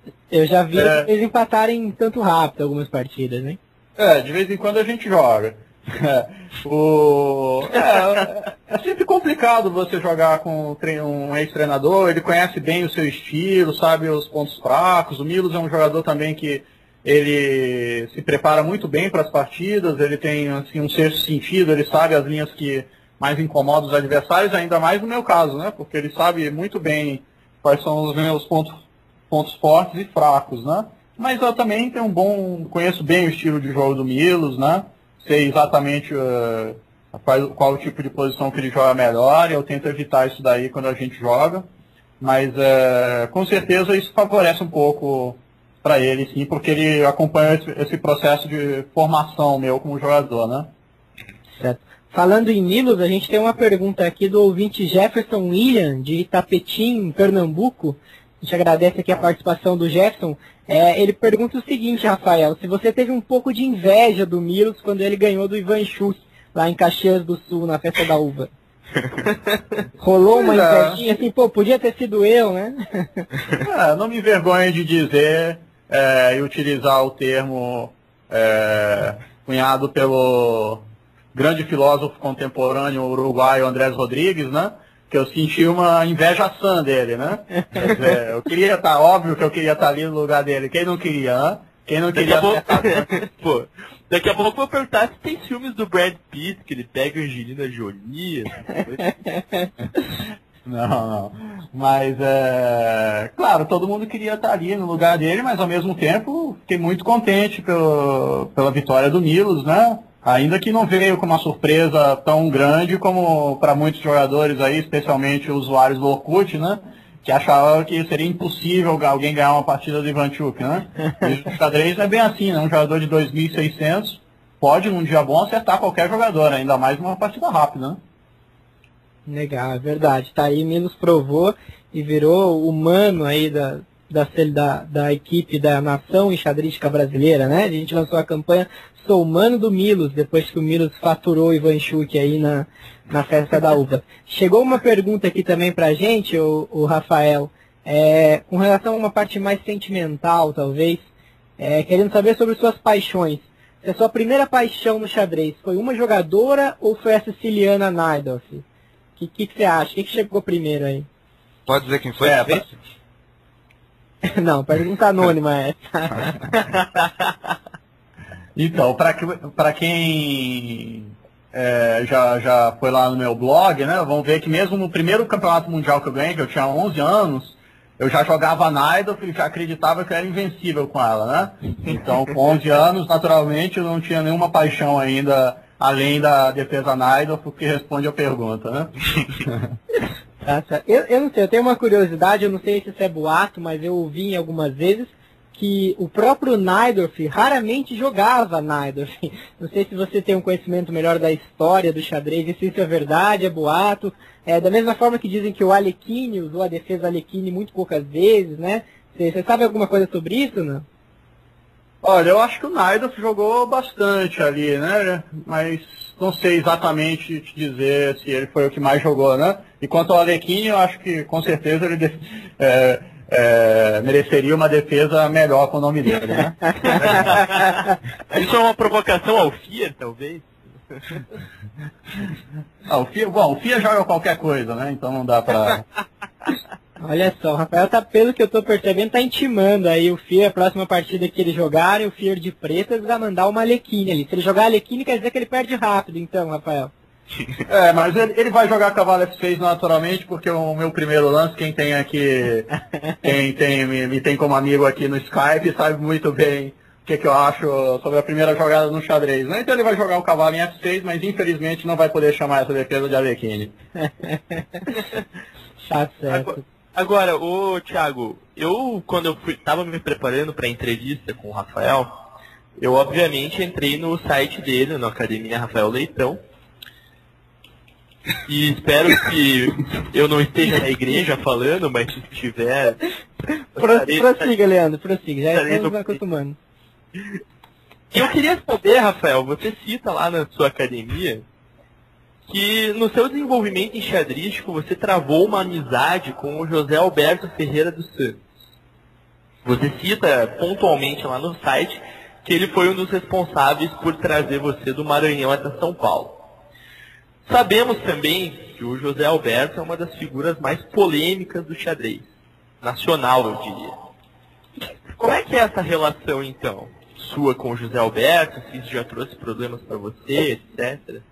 Eu já vi É. eles empatarem tanto rápido algumas partidas, né? É, de vez em quando a gente joga. É, o... é, é sempre complicado você jogar com um ex-treinador, ele conhece bem o seu estilo, sabe os pontos fracos. O Milos é um jogador também que ele se prepara muito bem para as partidas, ele tem assim, um sexto sentido, ele sabe as linhas que mais incomodam os adversários, ainda mais no meu caso, né? Porque ele sabe muito bem quais são os meus pontos, pontos fortes e fracos, né? Mas eu também tenho um bom, conheço bem o estilo de jogo do Milos, né? Sei exatamente uh, qual, qual o tipo de posição que ele joga melhor, e eu tento evitar isso daí quando a gente joga. Mas uh, com certeza isso favorece um pouco para ele, sim, porque ele acompanha esse, esse processo de formação meu como jogador, né? Certo. Falando em Milos, a gente tem uma pergunta aqui do ouvinte Jefferson William, de Itapetim, Pernambuco. A gente agradece aqui a participação do Jefferson. É, ele pergunta o seguinte, Rafael, se você teve um pouco de inveja do Milos quando ele ganhou do Ivan Schuch, lá em Caxias do Sul, na Festa da Uva. Rolou uma invejinha assim, pô, podia ter sido eu, né? É, não me envergonho de dizer é, e utilizar o termo é, cunhado pelo grande filósofo contemporâneo uruguaio Andrés Rodrigues, né? Que eu senti uma inveja sã dele, né? Quer dizer, eu queria estar, óbvio que eu queria estar ali no lugar dele. Quem não queria, né? Quem não queria Daqui a acertar? pouco, pô, daqui a pouco eu vou perguntar se tem filmes do Brad Pitt, que ele pega a Angelina Jolie. Não, não. Mas, é... claro, todo mundo queria estar ali no lugar dele, mas ao mesmo tempo fiquei muito contente pelo, pela vitória do Milos, né? Ainda que não veio com uma surpresa tão grande como para muitos jogadores aí, especialmente usuários do Orkut, né? Que achavam que seria impossível alguém ganhar uma partida do Ivanchuk, né? E o xadrez é bem assim, né? Um jogador de dois mil e seiscentos pode, num dia bom, acertar qualquer jogador, ainda mais numa partida rápida, né? Legal, é verdade. Tá aí, Milos provou e virou o mano aí da, da, da, da equipe da nação enxadrística brasileira, né? A gente lançou a campanha Sou Mano do Milos, depois que o Milos faturou o Ivan Schuch aí na, na Festa da Uva. Chegou uma pergunta aqui também pra gente, o, o Rafael, é, com relação a uma parte mais sentimental, talvez, é, querendo saber sobre suas paixões. Se a sua primeira paixão no xadrez foi uma jogadora ou foi a siciliana Najdorf? O que, que, que você acha? O que, que chegou primeiro aí? Pode dizer quem foi? É, que fez? Não, pergunta anônima essa. Então, para quem é, já, já foi lá no meu blog, né, vão ver que mesmo no primeiro campeonato mundial que eu ganhei, que eu tinha onze anos, eu já jogava Najdorf e já acreditava que eu era invencível com ela, né? Então, com onze anos, naturalmente, eu não tinha nenhuma paixão ainda, além da defesa Najdorf, que responde a pergunta, né? eu, eu não sei, eu tenho uma curiosidade, eu não sei se isso é boato, mas eu ouvi em algumas vezes que o próprio Najdorf raramente jogava Najdorf. Não sei se você tem um conhecimento melhor da história do xadrez, se isso é verdade, é boato. É, da mesma forma que dizem que o Alekhine usou a defesa Alekhine muito poucas vezes, né? Você, você sabe alguma coisa sobre isso, não? Olha, eu acho que o Najdorf jogou bastante ali, né? Mas não sei exatamente te dizer se ele foi o que mais jogou, né? E quanto ao Alekhine, eu acho que com certeza ele... É, É, mereceria uma defesa melhor com o nome dele, né? Isso é uma provocação ao Fier, talvez? Ah, o Fia, bom, o Fia joga qualquer coisa, né? Então não dá pra... Olha só, o Rafael tá, pelo que eu tô percebendo, tá intimando aí o Fier, a próxima partida que eles jogarem, o Fier de pretas vai mandar uma Alekhine ali. Se ele jogar Alekhine, quer dizer que ele perde rápido, então, Rafael. É, mas ele, ele vai jogar cavalo F seis naturalmente, porque o meu primeiro lance, quem tem aqui, quem tem, me, me tem como amigo aqui no Skype, sabe muito bem o que, que eu acho sobre a primeira jogada no xadrez, né? Então ele vai jogar o cavalo em F seis, mas infelizmente não vai poder chamar essa defesa de Alekhine. Tá certo. Agora, ô Thiago, eu quando eu fui, tava me preparando para a entrevista com o Rafael, eu obviamente entrei no site dele, na Academia Rafael Leitão, e espero que eu não esteja na igreja falando, mas se estiver... Estarei, prossiga, Leandro, prossiga, já estamos no... acostumando. E eu queria saber, Rafael, você cita lá na sua academia que no seu desenvolvimento enxadrístico você travou uma amizade com o José Alberto Ferreira dos Santos. Você cita pontualmente lá no site que ele foi um dos responsáveis por trazer você do Maranhão até São Paulo. Sabemos também que o José Alberto é uma das figuras mais polêmicas do xadrez. Nacional, eu diria. Como é que é essa relação, então? Sua com o José Alberto, se isso já trouxe problemas para você, etcétera.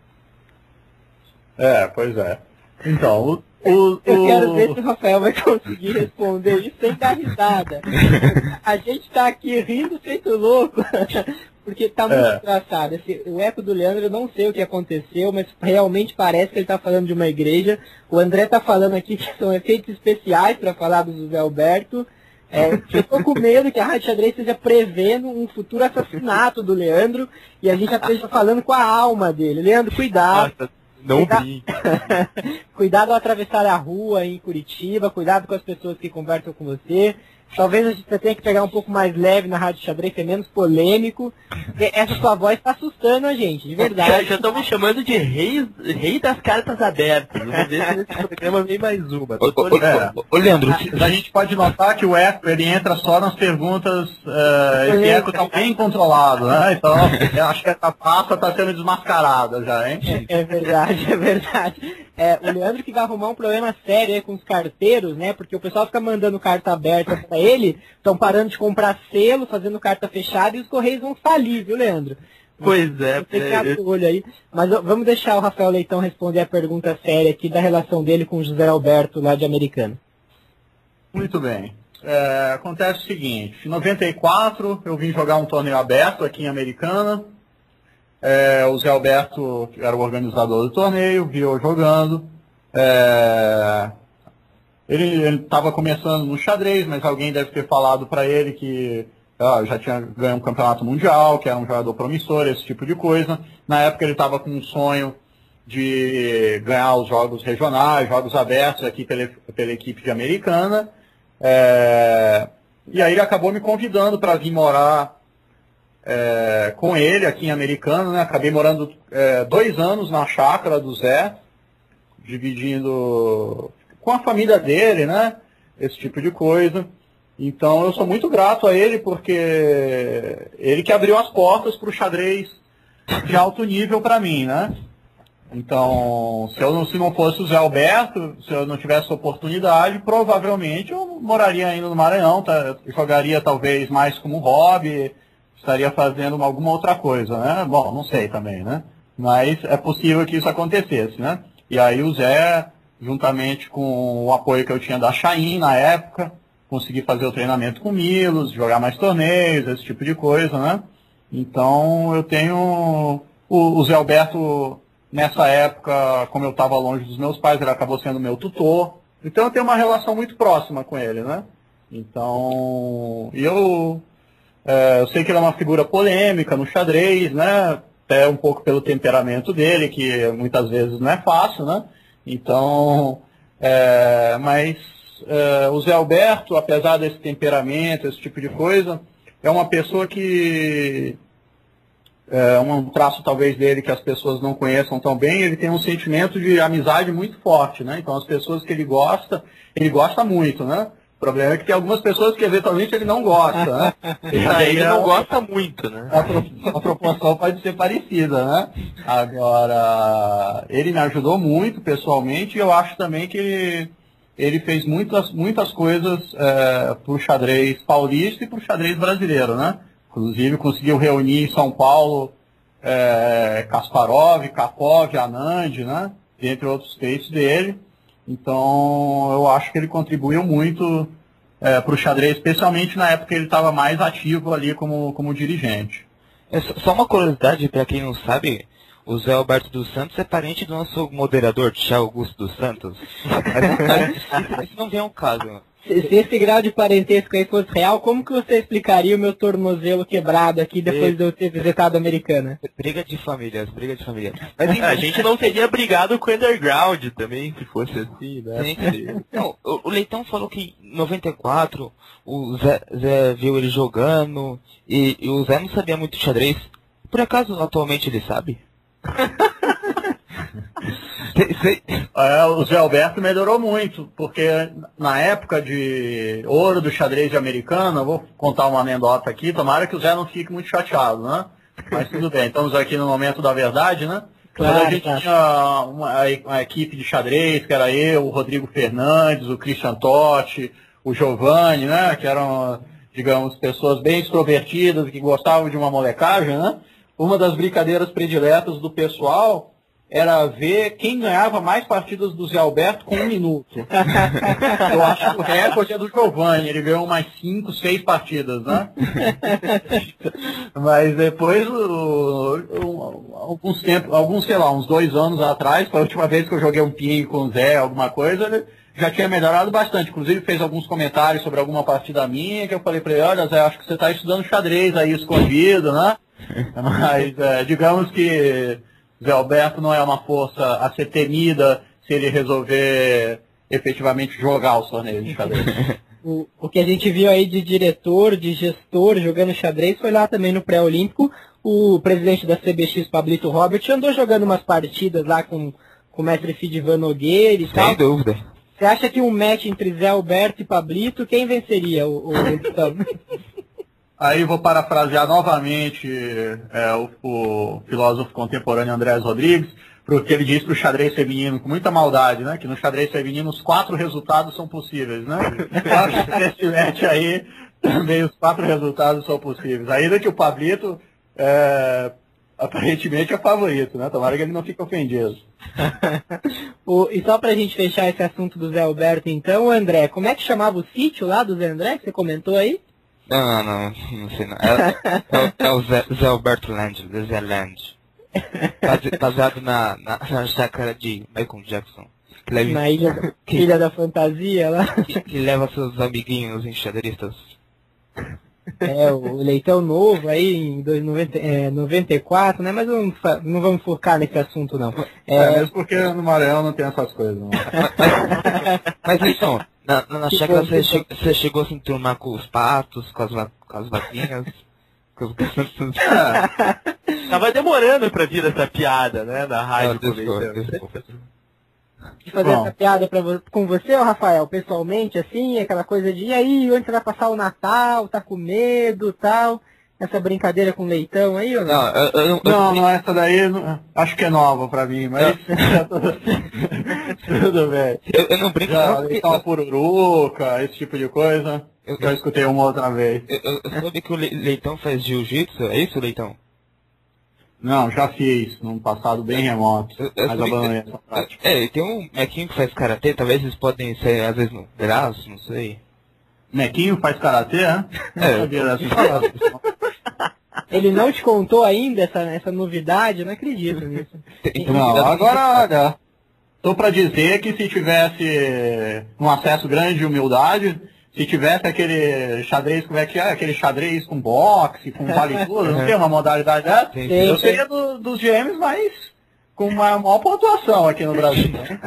É, pois é. Então, o, o, Eu o... quero ver se o Rafael vai conseguir responder isso sem dar risada. A gente tá aqui rindo feito louco, porque tá muito É. engraçado. Esse, o eco do Leandro, eu não sei o que aconteceu, mas realmente parece que ele tá falando de uma igreja. O André tá falando aqui que são efeitos especiais para falar do José Alberto. É, eu tô com medo que a Rádio Xadrez esteja prevendo um futuro assassinato do Leandro e a gente já esteja falando com a alma dele. Leandro, cuidado. Nossa, não Cuida- brinque. Cuidado ao atravessar a rua em Curitiba, cuidado com as pessoas que conversam com você. Talvez a gente tenha que pegar um pouco mais leve na Rádio Xadrez, ser menos polêmico. Porque essa sua voz está assustando a gente, de Já verdade. estão me chamando de rei, rei das cartas abertas. Vamos ver se nesse programa vem mais uma. Tô Ô, tô ô, ligado. ô, ô, Leandro, A gente pode notar que o eco ele entra só nas perguntas, eh, esse eco está bem controlado, né? Então, eu acho que essa pasta está sendo desmascarada já, hein? É verdade, é verdade. É, o Leandro que vai arrumar um problema sério aí com os carteiros, né? Porque o pessoal fica mandando carta aberta pra ele, estão parando de comprar selo, fazendo carta fechada e os Correios vão falir, viu, Leandro? Pois é, Você tem que é, abrir o olho aí. Mas ó, vamos deixar o Rafael Leitão responder a pergunta séria aqui da relação dele com o José Alberto lá de Americana. Muito bem. É, acontece o seguinte, em noventa e quatro eu vim jogar um torneio aberto aqui em Americana. É, o Zé Alberto, que era o organizador do torneio, viu eu jogando. É, ele estava começando no xadrez, mas alguém deve ter falado para ele que ah, já tinha ganho um campeonato mundial, que era um jogador promissor, esse tipo de coisa. Na época ele estava com um sonho de ganhar os jogos regionais, jogos abertos aqui pela, pela equipe de Americana. É, e aí ele acabou me convidando para vir morar é, com ele aqui em Americana, né? Acabei morando é, dois anos na chácara do Zé, dividindo com a família dele, né? Esse tipo de coisa. Então eu sou muito grato a ele, porque ele que abriu as portas para o xadrez de alto nível para mim, né? Então, se, eu não, se não fosse o Zé Alberto, se eu não tivesse oportunidade, provavelmente eu moraria ainda no Maranhão, tá, jogaria talvez mais como hobby, estaria fazendo alguma outra coisa, né? Bom, não sei também, né? Mas é possível que isso acontecesse, né? E aí o Zé, juntamente com o apoio que eu tinha da Chain na época, consegui fazer o treinamento com o Milos, jogar mais torneios, esse tipo de coisa, né? Então eu tenho o, o Zé Alberto, nessa época, como eu estava longe dos meus pais, ele acabou sendo meu tutor. Então eu tenho uma relação muito próxima com ele, né? Então, eu, é, eu sei que ele é uma figura polêmica no xadrez, né? Até um pouco pelo temperamento dele, que muitas vezes não é fácil, né? Então, é, mas é, o Zé Alberto, apesar desse temperamento, esse tipo de coisa, é uma pessoa que, é um traço talvez dele que as pessoas não conheçam tão bem, ele tem um sentimento de amizade muito forte, né? Então as pessoas que ele gosta, ele gosta muito, né? O problema é que tem algumas pessoas que eventualmente ele não gosta, né? E aí ele não gosta muito, né? A, pro, a proporção pode ser parecida, né? Agora, ele me ajudou muito pessoalmente e eu acho também que ele, ele fez muitas, muitas coisas é, para o xadrez paulista e para o xadrez brasileiro, né? Inclusive conseguiu reunir em São Paulo é, Kasparov, Karpov, Anand, né? Entre outros feitos dele. Então, eu acho que ele contribuiu muito é, para o xadrez, especialmente na época que ele estava mais ativo ali como, como dirigente. É só só uma curiosidade, para quem não sabe, o Zé Alberto dos Santos é parente do nosso moderador, Thiago Augusto dos Santos. Mas isso não vem ao caso. Se, se esse grau de parentesco aí fosse real, como que você explicaria o meu tornozelo quebrado aqui depois de eu ter visitado a Americana? Briga de famílias, briga de família. Mas enfim, A gente não teria brigado com o Underground também, se fosse assim, né? sim, sim. Não, o, o Leitão falou que em noventa e quatro o Zé, Zé viu ele jogando e, e o Zé não sabia muito de xadrez. Por acaso atualmente ele sabe? É, o Zé Alberto melhorou muito, porque na época de ouro do xadrez americano, eu vou contar uma anedota aqui, tomara que o Zé não fique muito chateado, né? Mas tudo bem, estamos aqui no momento da verdade, né? Claro, Quando a gente claro. tinha uma, uma equipe de xadrez, que era eu, o Rodrigo Fernandes, o Christian Totti, o Giovanni, né? Que eram, digamos, pessoas bem extrovertidas, que gostavam de uma molecagem, né? Uma das brincadeiras prediletas do pessoal era ver quem ganhava mais partidas do Zé Alberto com um minuto. Eu acho que o recorde é do Giovanni, ele ganhou umas cinco, seis partidas, né? Mas depois, o, o, alguns tempos, alguns, sei lá, uns dois anos atrás, foi a última vez que eu joguei um ping com o Zé, alguma coisa, ele já tinha melhorado bastante. Inclusive fez alguns comentários sobre alguma partida minha, que eu falei pra ele, olha Zé, acho que você está estudando xadrez aí escondido, né? Mas é, digamos que Zé Alberto não é uma força a ser temida se ele resolver efetivamente jogar os torneios de xadrez. O, o que a gente viu aí de diretor, de gestor jogando xadrez foi lá também no pré-olímpico. O presidente da C B X, Pablito Robert, andou jogando umas partidas lá com, com o mestre Fidivan Nogueira e tal. Sem dúvida. Você acha que um match entre Zé Alberto e Pablito, quem venceria? O, o, Aí vou parafrasear novamente é, o, o filósofo contemporâneo Andrés Rodrigues, porque ele diz para o xadrez feminino, com muita maldade, né? Que no xadrez feminino os quatro resultados são possíveis, né? Eu acho que nesse match aí também os quatro resultados são possíveis. Ainda que o Pablito é, aparentemente é favorito, né? Tomara que ele não fique ofendido. o, e só pra gente fechar esse assunto do Zé Alberto, então, André, como é que chamava o sítio lá do Zé André, que você comentou aí? Não, não, não sei não. É, é, o- é o Zé, Zé Alberto Land, o Zé Land. Base- Baseado na, na, na chácara de Michael Jackson. Que leva, Na Ilha, que- Ilha da Fantasia lá. que, que leva seus amiguinhos enxadristas. É, o Leitão Novo aí em dois- noventa, é, noventa e quatro, né? Mas não, fa- não vamos focar nesse assunto, não. É, É, mesmo porque no Maranhão não tem essas coisas, não. Mas então, na, na, na Que chácara bom, você, que che, você chegou a se enturmar com os patos, com as, va- com as vaquinhas. Com os... É, Tava demorando pra vir essa piada, né, na Ah, rádio. desculpa, comentando. desculpa. de fazer Bom. essa piada pra, vo- com você, ô Rafael, pessoalmente, assim, aquela coisa de, e aí, onde você vai passar o Natal, tá com medo, tal, essa brincadeira com leitão aí, ou não? Não, eu, eu, eu, não, não, essa daí não- acho que é nova pra mim, mas tudo bem. eu, eu não brinco Já, não, porque então, pururuca, esse tipo de coisa, Eu- já escutei uma outra vez. eu, eu, eu soube que o Le- Leitão faz jiu-jitsu, é isso, Leitão? Não, já fiz, num passado bem remoto, Eu- eu mas soube abandonei que- essa prática. É, e tem um mequinho que faz karatê, talvez eles podem ser, às vezes, no braço, não sei. Nequinho faz karatê, né? Não É, sabia eu- dessa informação. Ele não te contou ainda essa, essa novidade? Eu não acredito nisso. Tem- tem Não, cuidado com agora, olha, tô pra dizer que se tivesse um acesso grande de humildade, se tivesse aquele xadrez, como é que é? Aquele xadrez com boxe, com vale tudo, não tem uma modalidade dessa? Tem, tem. Eu seria do- dos gêmeos, mas com uma maior pontuação aqui no Brasil. Né?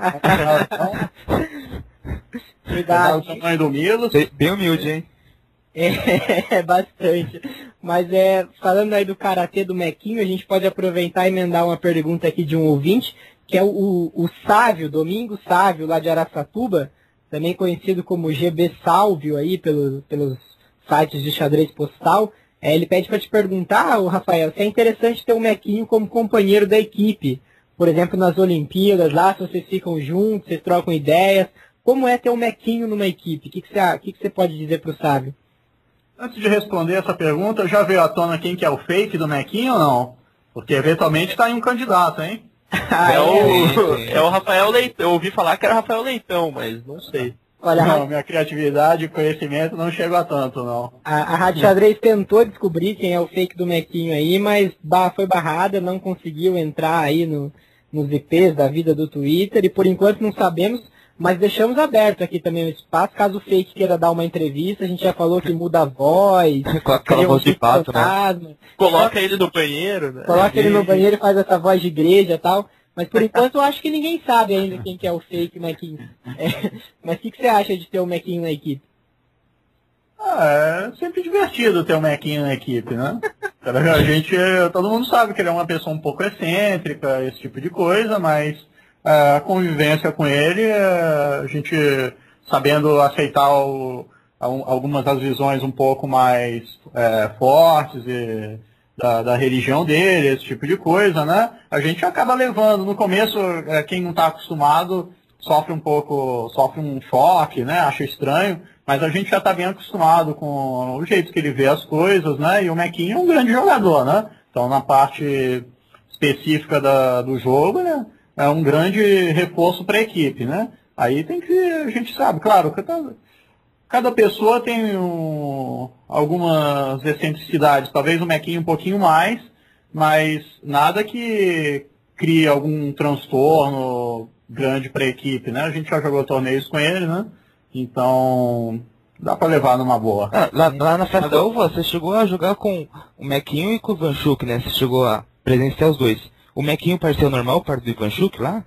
Então, Cuidado. o tamanho do Milos. Bem, bem humilde, hein? É, bastante. Mas é, falando aí do karatê do Mequinho, a gente pode aproveitar e emendar uma pergunta aqui de um ouvinte, que é o, o, o Sávio, Domingo Sávio, lá de Araçatuba, também conhecido como G B Sálvio aí pelo, pelos sites de xadrez postal. É, ele pede para te perguntar, ô Rafael, se é interessante ter o Mequinho como companheiro da equipe. Por exemplo, nas Olimpíadas, lá, se vocês ficam juntos, vocês trocam ideias. Como é ter o Mequinho numa equipe? O que, que, você, que, que você pode dizer para o Sávio? Antes de responder essa pergunta, já veio à tona quem que é o fake do Mequinho ou não? Porque eventualmente está em um candidato, hein? Ah, é, é? o, Sim, sim. é o Rafael Leitão. Eu ouvi falar que era Rafael Leitão, mas não sei. Olha, Não, minha criatividade e conhecimento não chegou a tanto, não. a, a Rádio Xadrez tentou descobrir quem é o fake do Mequinho aí, mas ba- foi barrada, não conseguiu entrar aí no, nos I Ps da vida do Twitter, e por enquanto não sabemos, mas deixamos aberto aqui também o espaço, caso o fake queira dar uma entrevista, a gente já falou que muda a voz, Com aquela cria um voz de tipo pato, né? fantasma, Coloca ele no banheiro, né? coloca ele no banheiro e faz essa voz de igreja e tal. Mas por enquanto eu acho que ninguém sabe ainda quem que é o fake Mequinho. É, mas o que, que você acha de ter o Mequinho na equipe? Ah, é sempre divertido ter o Mequinho na equipe, né? A gente, todo mundo sabe que ele é uma pessoa um pouco excêntrica, esse tipo de coisa, mas a convivência com ele, a gente sabendo aceitar o, algumas das visões um pouco mais é, fortes e da, da religião dele, esse tipo de coisa, né? A gente acaba levando. No começo, é, quem não está acostumado sofre um pouco, sofre um choque, né? Acha estranho, mas a gente já está bem acostumado com o jeito que ele vê as coisas, né? E o Mequinho é um grande jogador, né? Então, na parte específica da, do jogo, né? É um grande reforço para a equipe, né? Aí tem que, a gente sabe, claro, cada, cada pessoa tem um, algumas excentricidades, talvez o Mequinho um pouquinho mais, mas nada que crie algum transtorno grande para a equipe, né? A gente já jogou torneios com ele, né? Então, dá para levar numa boa. Ah, lá, lá na Festa da Uva, você chegou a jogar com o Mequinho e com o Ivanchuk, né? Você chegou a presenciar os dois. O Mequinho pareceu normal perto do Ivanchuk lá?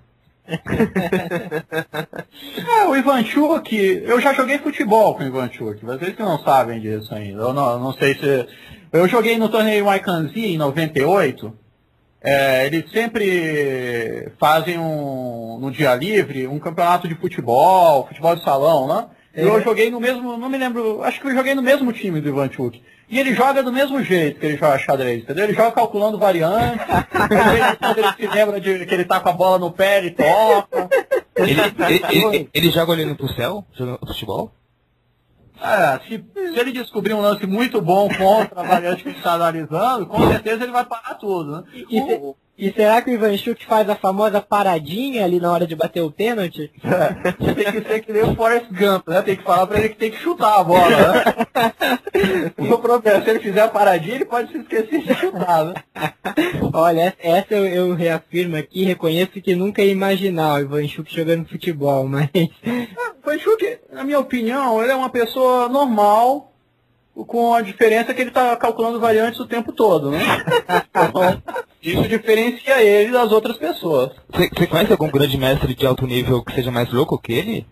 É, o Ivanchuk, eu já joguei futebol com o Ivanchuk, vocês que não sabem disso ainda. Eu não, não sei se... Eu joguei no torneio Waikanzi em noventa e oito. É, eles sempre fazem um, no dia livre um campeonato de futebol, futebol de salão, né? E eu joguei no mesmo, não me lembro, acho que eu joguei no mesmo time do Ivanchuk. E ele joga do mesmo jeito que ele joga xadrez, entendeu? Ele joga calculando variantes, quando ele se lembra de que ele tá com a bola no pé, ele toca. Ele, ele, ele, ele joga olhando pro céu, jogando futebol? É, se, se ele descobrir um lance muito bom contra a variante que ele está analisando, com certeza ele vai parar tudo, né? E, o, e será que o Ivanchuk faz a famosa paradinha ali na hora de bater o pênalti? É, tem que ser que nem o Forrest Gump, né? Tem que falar pra ele que tem que chutar a bola, né? O problema, se ele fizer a paradinha, ele pode se esquecer de chutar, né? Olha, essa eu, eu reafirmo aqui, reconheço que nunca ia imaginar o Ivanchuk jogando futebol, mas... O Ivanchuk, na minha opinião, ele é uma pessoa normal, com a diferença que ele está calculando variantes o tempo todo, né? Então, isso diferencia ele das outras pessoas. Você conhece algum grande mestre de alto nível que seja mais louco que ele?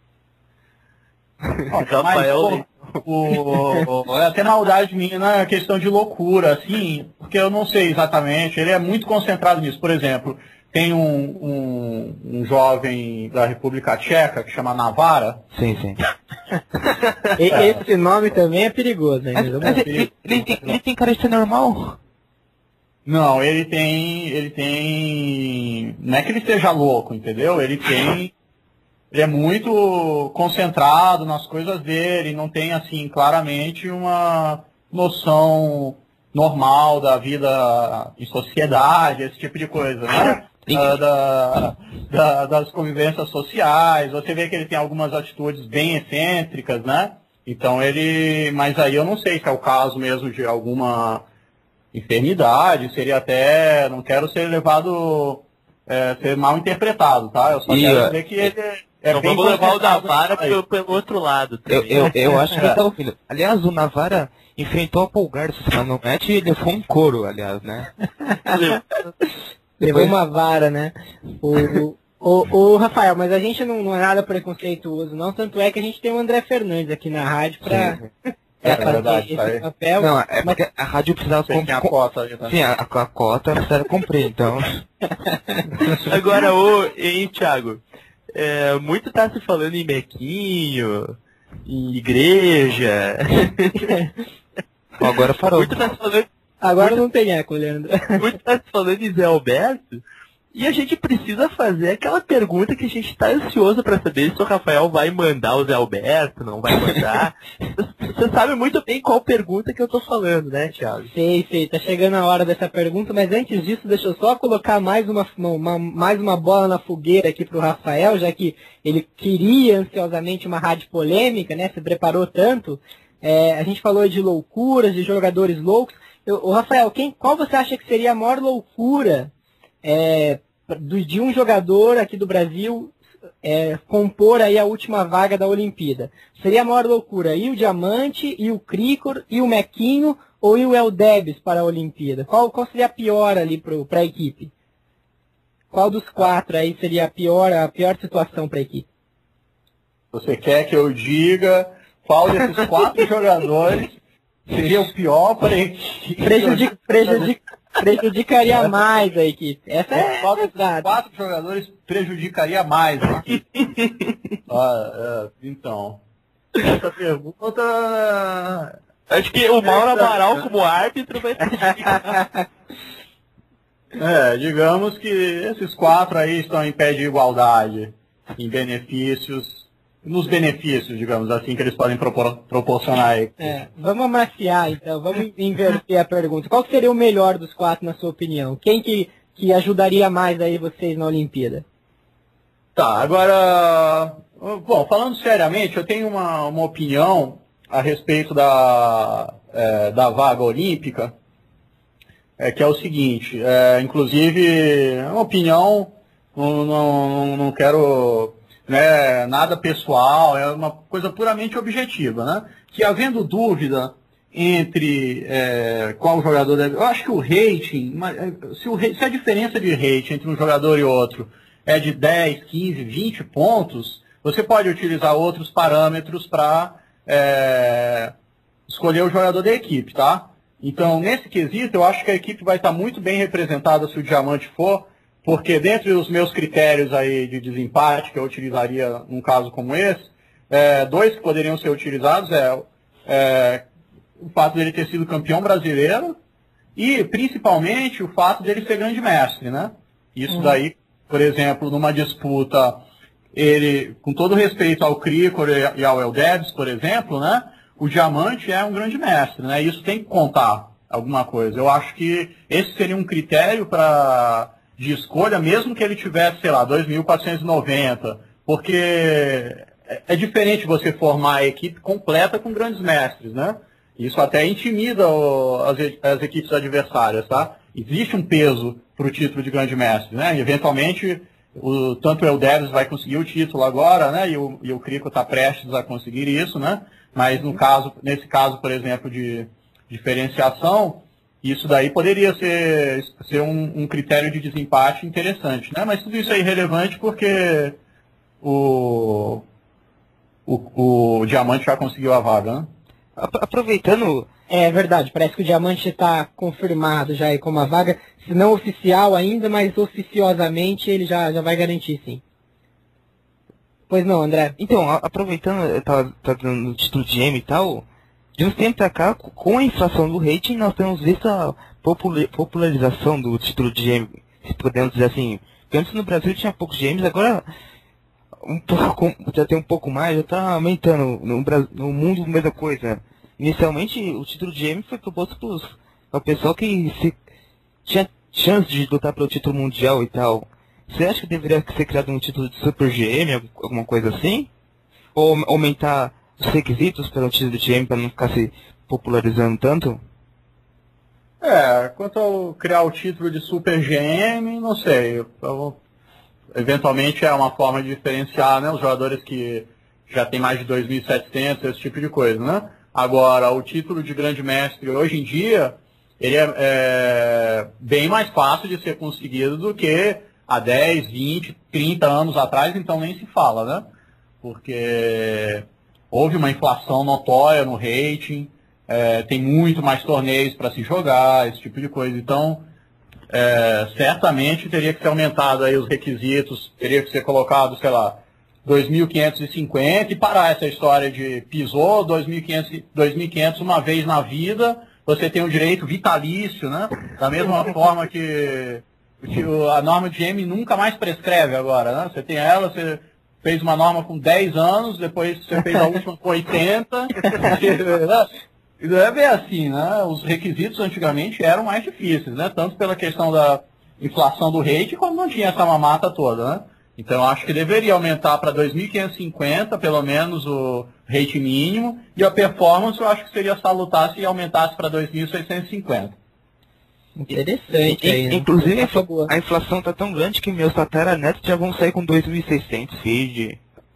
Rafael, o, o, é até maldade minha na questão de loucura, assim, porque eu não sei exatamente, ele é muito concentrado nisso. Por exemplo, tem um, um, um jovem da República Tcheca que chama Navara. Sim, sim. E, é. Esse nome também é perigoso, né? Mas, mas ele, ele, tem, ele tem cara de ser normal? Não, ele tem, ele tem, não é que ele seja louco, entendeu? Ele tem, ele é muito concentrado nas coisas dele, não tem, assim, claramente uma noção normal da vida em sociedade, esse tipo de coisa, né? Uh, da, da, das convivências sociais, você vê que ele tem algumas atitudes bem excêntricas, né? Então ele, mas aí eu não sei se é o caso mesmo de alguma enfermidade, seria até, não quero ser levado, é, ser mal interpretado, tá? Eu só e, quero dizer que ele é então bem vamos levar o Navara pelo, pelo outro lado. Eu, eu, eu acho que ele tá ouvindo. Aliás, o Navara enfrentou a Polgar essa semana no match e levou um couro, aliás, né? Levou uma vara, né? O, o, o Rafael, mas a gente não, não é nada preconceituoso, não. Tanto é que a gente tem o André Fernandes aqui na rádio pra, pra é, fazer verdade, esse tá papel. Não, é porque a rádio precisava comprar a cota. Né? Sim, a, a cota precisava cumprir, então. Agora, ô, hein, Thiago? É, muito tá se falando em Mequinho, em igreja. Agora parou. Muito tá se falando... Agora muito, não tem eco, Leandro. Muito tá se falando em Zé Alberto. E a gente precisa fazer aquela pergunta que a gente tá ansioso para saber se o Rafael vai mandar o Zé Alberto, não vai mandar. Você sabe muito bem qual pergunta que eu tô falando, né, Thiago? Sei, sei. Tá chegando a hora dessa pergunta, mas antes disso, deixa eu só colocar mais uma, uma, mais uma bola na fogueira aqui pro Rafael, já que ele queria ansiosamente uma rádio polêmica, né? Se preparou tanto. É, a gente falou de loucuras, de jogadores loucos. O Rafael, quem, qual você acha que seria a maior loucura é, de um jogador aqui do Brasil é, compor aí a última vaga da Olimpíada? Seria a maior loucura ir o Diamante, ir o Cricor, ir o Mequinho ou ir o Eldebes para a Olimpíada? Qual, qual seria a pior ali para a equipe? Qual dos quatro aí seria a pior, a pior situação para a equipe? Você quer que eu diga qual desses quatro jogadores seria o pior para a equipe? Prejudic, prejudic, prejudicaria mais a equipe. Essa é Quatro, verdade. quatro jogadores prejudicaria mais a equipe. ah, é, então, essa pergunta... Acho que o Mauro Amaral como árbitro vai prejudicar. É, digamos que esses quatro aí estão em pé de igualdade, em benefícios, nos benefícios, digamos assim, que eles podem propor, proporcionar aí. É, vamos amaciar então, vamos inverter a pergunta. Qual que seria o melhor dos quatro na sua opinião? Quem que, que ajudaria mais aí vocês na Olimpíada? Tá, agora, bom, falando seriamente, eu tenho uma, uma opinião a respeito da, é, da vaga olímpica, é, que é o seguinte, é, inclusive, é uma opinião, não, não, não quero, né, nada pessoal, é uma coisa puramente objetiva, né? Que havendo dúvida entre é, qual jogador deve... Eu acho que o rating, se, o, se a diferença de rating entre um jogador e outro é de dez, quinze, vinte pontos, você pode utilizar outros parâmetros para é, escolher o jogador da equipe, tá? Então, nesse quesito, eu acho que a equipe vai estar muito bem representada se o diamante for, porque dentre os meus critérios aí de desempate que eu utilizaria num caso como esse, é, dois que poderiam ser utilizados é, é o fato dele ter sido campeão brasileiro e, principalmente, o fato dele ser grande mestre, né? Isso uhum. daí, por exemplo, numa disputa, ele, com todo respeito ao Krikor e ao Eldebs, por exemplo, né? O diamante é um grande mestre, né? Isso tem que contar alguma coisa. Eu acho que esse seria um critério para de escolha, mesmo que ele tivesse, sei lá, dois mil quatrocentos e noventa, porque é, é diferente você formar a equipe completa com grandes mestres, né? Isso até intimida o, as, as equipes adversárias, tá? Existe um peso para o título de grande mestre, né? E, eventualmente, o, tanto o Eldebs vai conseguir o título agora, né? E o, e o Krikor está prestes a conseguir isso, né? Mas no caso, nesse caso, por exemplo, de diferenciação, isso daí poderia ser, ser um, um critério de desempate interessante, né? Mas tudo isso é irrelevante porque o, o, o diamante já conseguiu a vaga, né? Aproveitando... É verdade, parece que o diamante está confirmado já aí como a vaga, se não oficial ainda, mas oficiosamente ele já, já vai garantir, sim. Pois não, André? Então, aproveitando, tá, tá dando o título de M e tal, de uns tempos pra cá, com a inflação do rating, nós temos visto a popularização do título de M, se podemos dizer assim. Porque antes no Brasil tinha poucos G Ms, agora um pouco, já tem um pouco mais, já tá aumentando. No, no mundo, mesma coisa. Inicialmente, o título de M foi proposto para o pessoal que se, tinha chance de lutar pelo título mundial e tal. Você acha que deveria ser criado um título de Super G M, alguma coisa assim? Ou aumentar os requisitos para o título de G M para não ficar se popularizando tanto? É, quanto ao criar o título de Super G M, não sei. Eu, eu, eventualmente é uma forma de diferenciar, né, os jogadores que já tem mais de dois mil e setecentos, esse tipo de coisa, né? Agora, o título de grande mestre hoje em dia, ele é, é bem mais fácil de ser conseguido do que há dez, vinte, trinta anos atrás, então nem se fala, né? Porque houve uma inflação notória no rating, é, tem muito mais torneios para se jogar, esse tipo de coisa. Então, é, certamente teria que ser aumentado aí os requisitos, teria que ser colocado, sei lá, dois mil quinhentos e cinquenta e parar essa história de pisou dois mil e quinhentos uma vez na vida, você tem o direito vitalício, né? Da mesma forma que a norma de M nunca mais prescreve agora, né? Você tem ela, você fez uma norma com dez anos, depois você fez a última com oitenta. E não é bem assim, né? Os requisitos antigamente eram mais difíceis, né? Tanto pela questão da inflação do rate, como não tinha essa mamata toda, né? Então eu acho que deveria aumentar para dois mil quinhentos e cinquenta, pelo menos, o rate mínimo, e a performance eu acho que seria salutar se aumentasse para dois mil seiscentos e cinquenta. Interessante. E, aí, né? inclusive, a inflação está tão grande que meus tataranetos já vão sair com dois mil e seiscentos feed.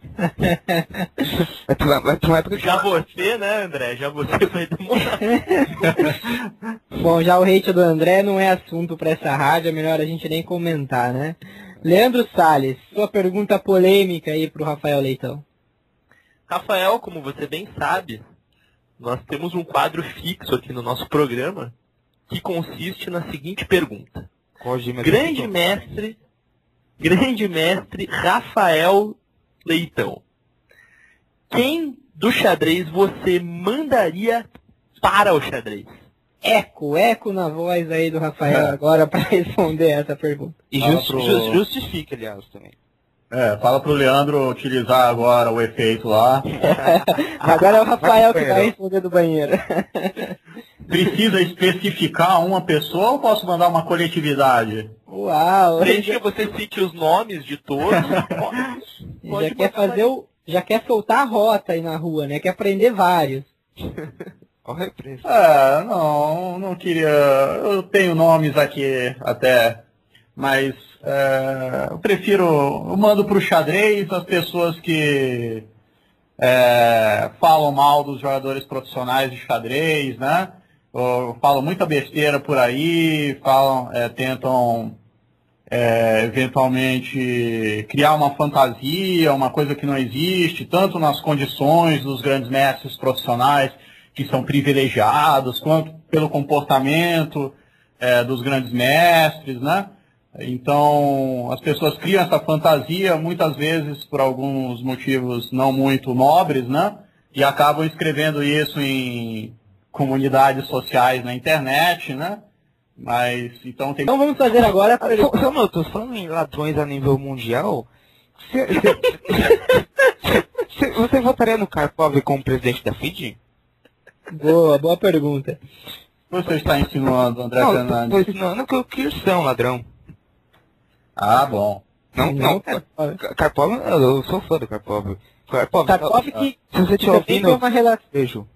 vai tomar, vai tomar época já você, né, André? Já você vai demorar. Bom, já o hate do André não é assunto para essa rádio, é melhor a gente nem comentar, né? Leandro Salles, sua pergunta polêmica aí pro Rafael Leitão. Rafael, como você bem sabe, nós temos um quadro fixo aqui no nosso programa, que consiste na seguinte pergunta. Kojima Grande tentou. mestre, grande mestre Rafael Leitão. Quem do xadrez você mandaria para o xadrez? Eco, eco na voz aí do Rafael É. agora para responder essa pergunta. E Fala justi- pro- ju- justifica, aliás, também. É, fala pro Leandro utilizar agora o efeito lá. Agora é o Rafael que vai Rafael. responder do banheiro. Precisa especificar uma pessoa ou posso mandar uma coletividade? Uau! Desde que você cite os nomes de todos, pode, pode Já quer botar fazer o. Já quer soltar a rota aí na rua, né? Quer aprender vários. Olha o represo. É, não, não queria. Eu tenho nomes aqui até, mas é, eu prefiro. Eu mando pro xadrez as pessoas que é, falam mal dos jogadores profissionais de xadrez, né? Ou falam muita besteira por aí, falam, é, tentam é, eventualmente criar uma fantasia, uma coisa que não existe, tanto nas condições dos grandes mestres profissionais que são privilegiados, quanto pelo comportamento é, dos grandes mestres, né? Então, as pessoas criam essa fantasia, muitas vezes por alguns motivos não muito nobres, né? E acabam escrevendo isso em comunidades sociais na internet, né? Mas, então tem... Então vamos fazer agora a pergunta. Só só um minuto, falando em ladrões a nível mundial, cê- cê- cê- você votaria no Karpov como presidente da F I D? Boa, boa pergunta. Você está insinuando, André Não, Fernandes? tô ensinando que o Kirsten é um ladrão. Ah, bom. Não, não, Karpov. Ka- Karpov, eu eu sou fã do Karpov. Karpov, Karpov que, se você que estiver também tem ouvindo, uma relação. beijo.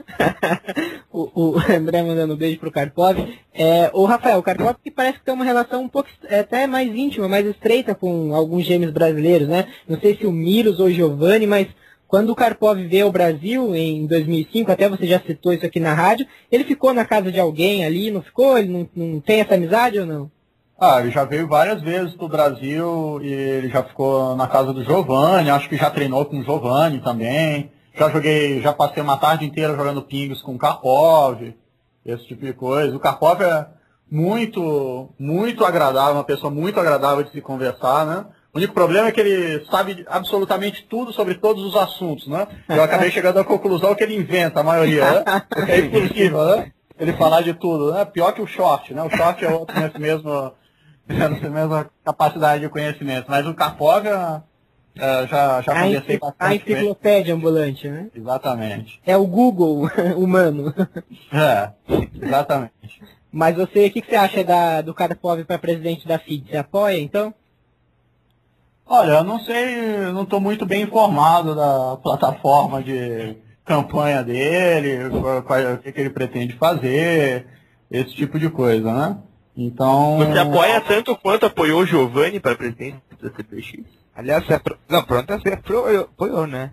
o, o André mandando um beijo pro Karpov. É, o Rafael, o Karpov que parece que tem uma relação um pouco é, até mais íntima, mais estreita com alguns gêmeos brasileiros, né? Não sei se o Milos ou o Giovanni, mas quando o Karpov veio ao Brasil em dois mil e cinco, até você já citou isso aqui na rádio, ele ficou na casa de alguém ali, não ficou? Ele não, não tem essa amizade ou não? Ah, ele já veio várias vezes pro Brasil e ele já ficou na casa do Giovanni, acho que já treinou com o Giovanni também. Já joguei, já passei uma tarde inteira jogando pingos com o Karpov, esse tipo de coisa. O Karpov é muito, muito agradável, uma pessoa muito agradável de se conversar, né? O único problema é que ele sabe absolutamente tudo sobre todos os assuntos, né? Eu acabei chegando à conclusão que ele inventa a maioria, né? Porque é impossível, né? Ele falar de tudo, né? Pior que o short, né? O short é outro nesse mesmo, nessa mesma capacidade de conhecimento. Mas o Karpov, é, é, já, já A, conversei encicl- a bastante com ele. enciclopédia ambulante, né? Exatamente. É o Google humano. É, exatamente. Mas você, o que, que você acha da, do Karpov para presidente da F I D? Você apoia, então? Olha, eu não sei, eu não estou muito bem informado da plataforma de campanha dele, qual- qual- o que, que ele pretende fazer, esse tipo de coisa, né? Então... você apoia tanto quanto apoiou o Giovanni para presidente da C P X? Aliás, você apro... não, pronto, você apoiou, apoiou, né?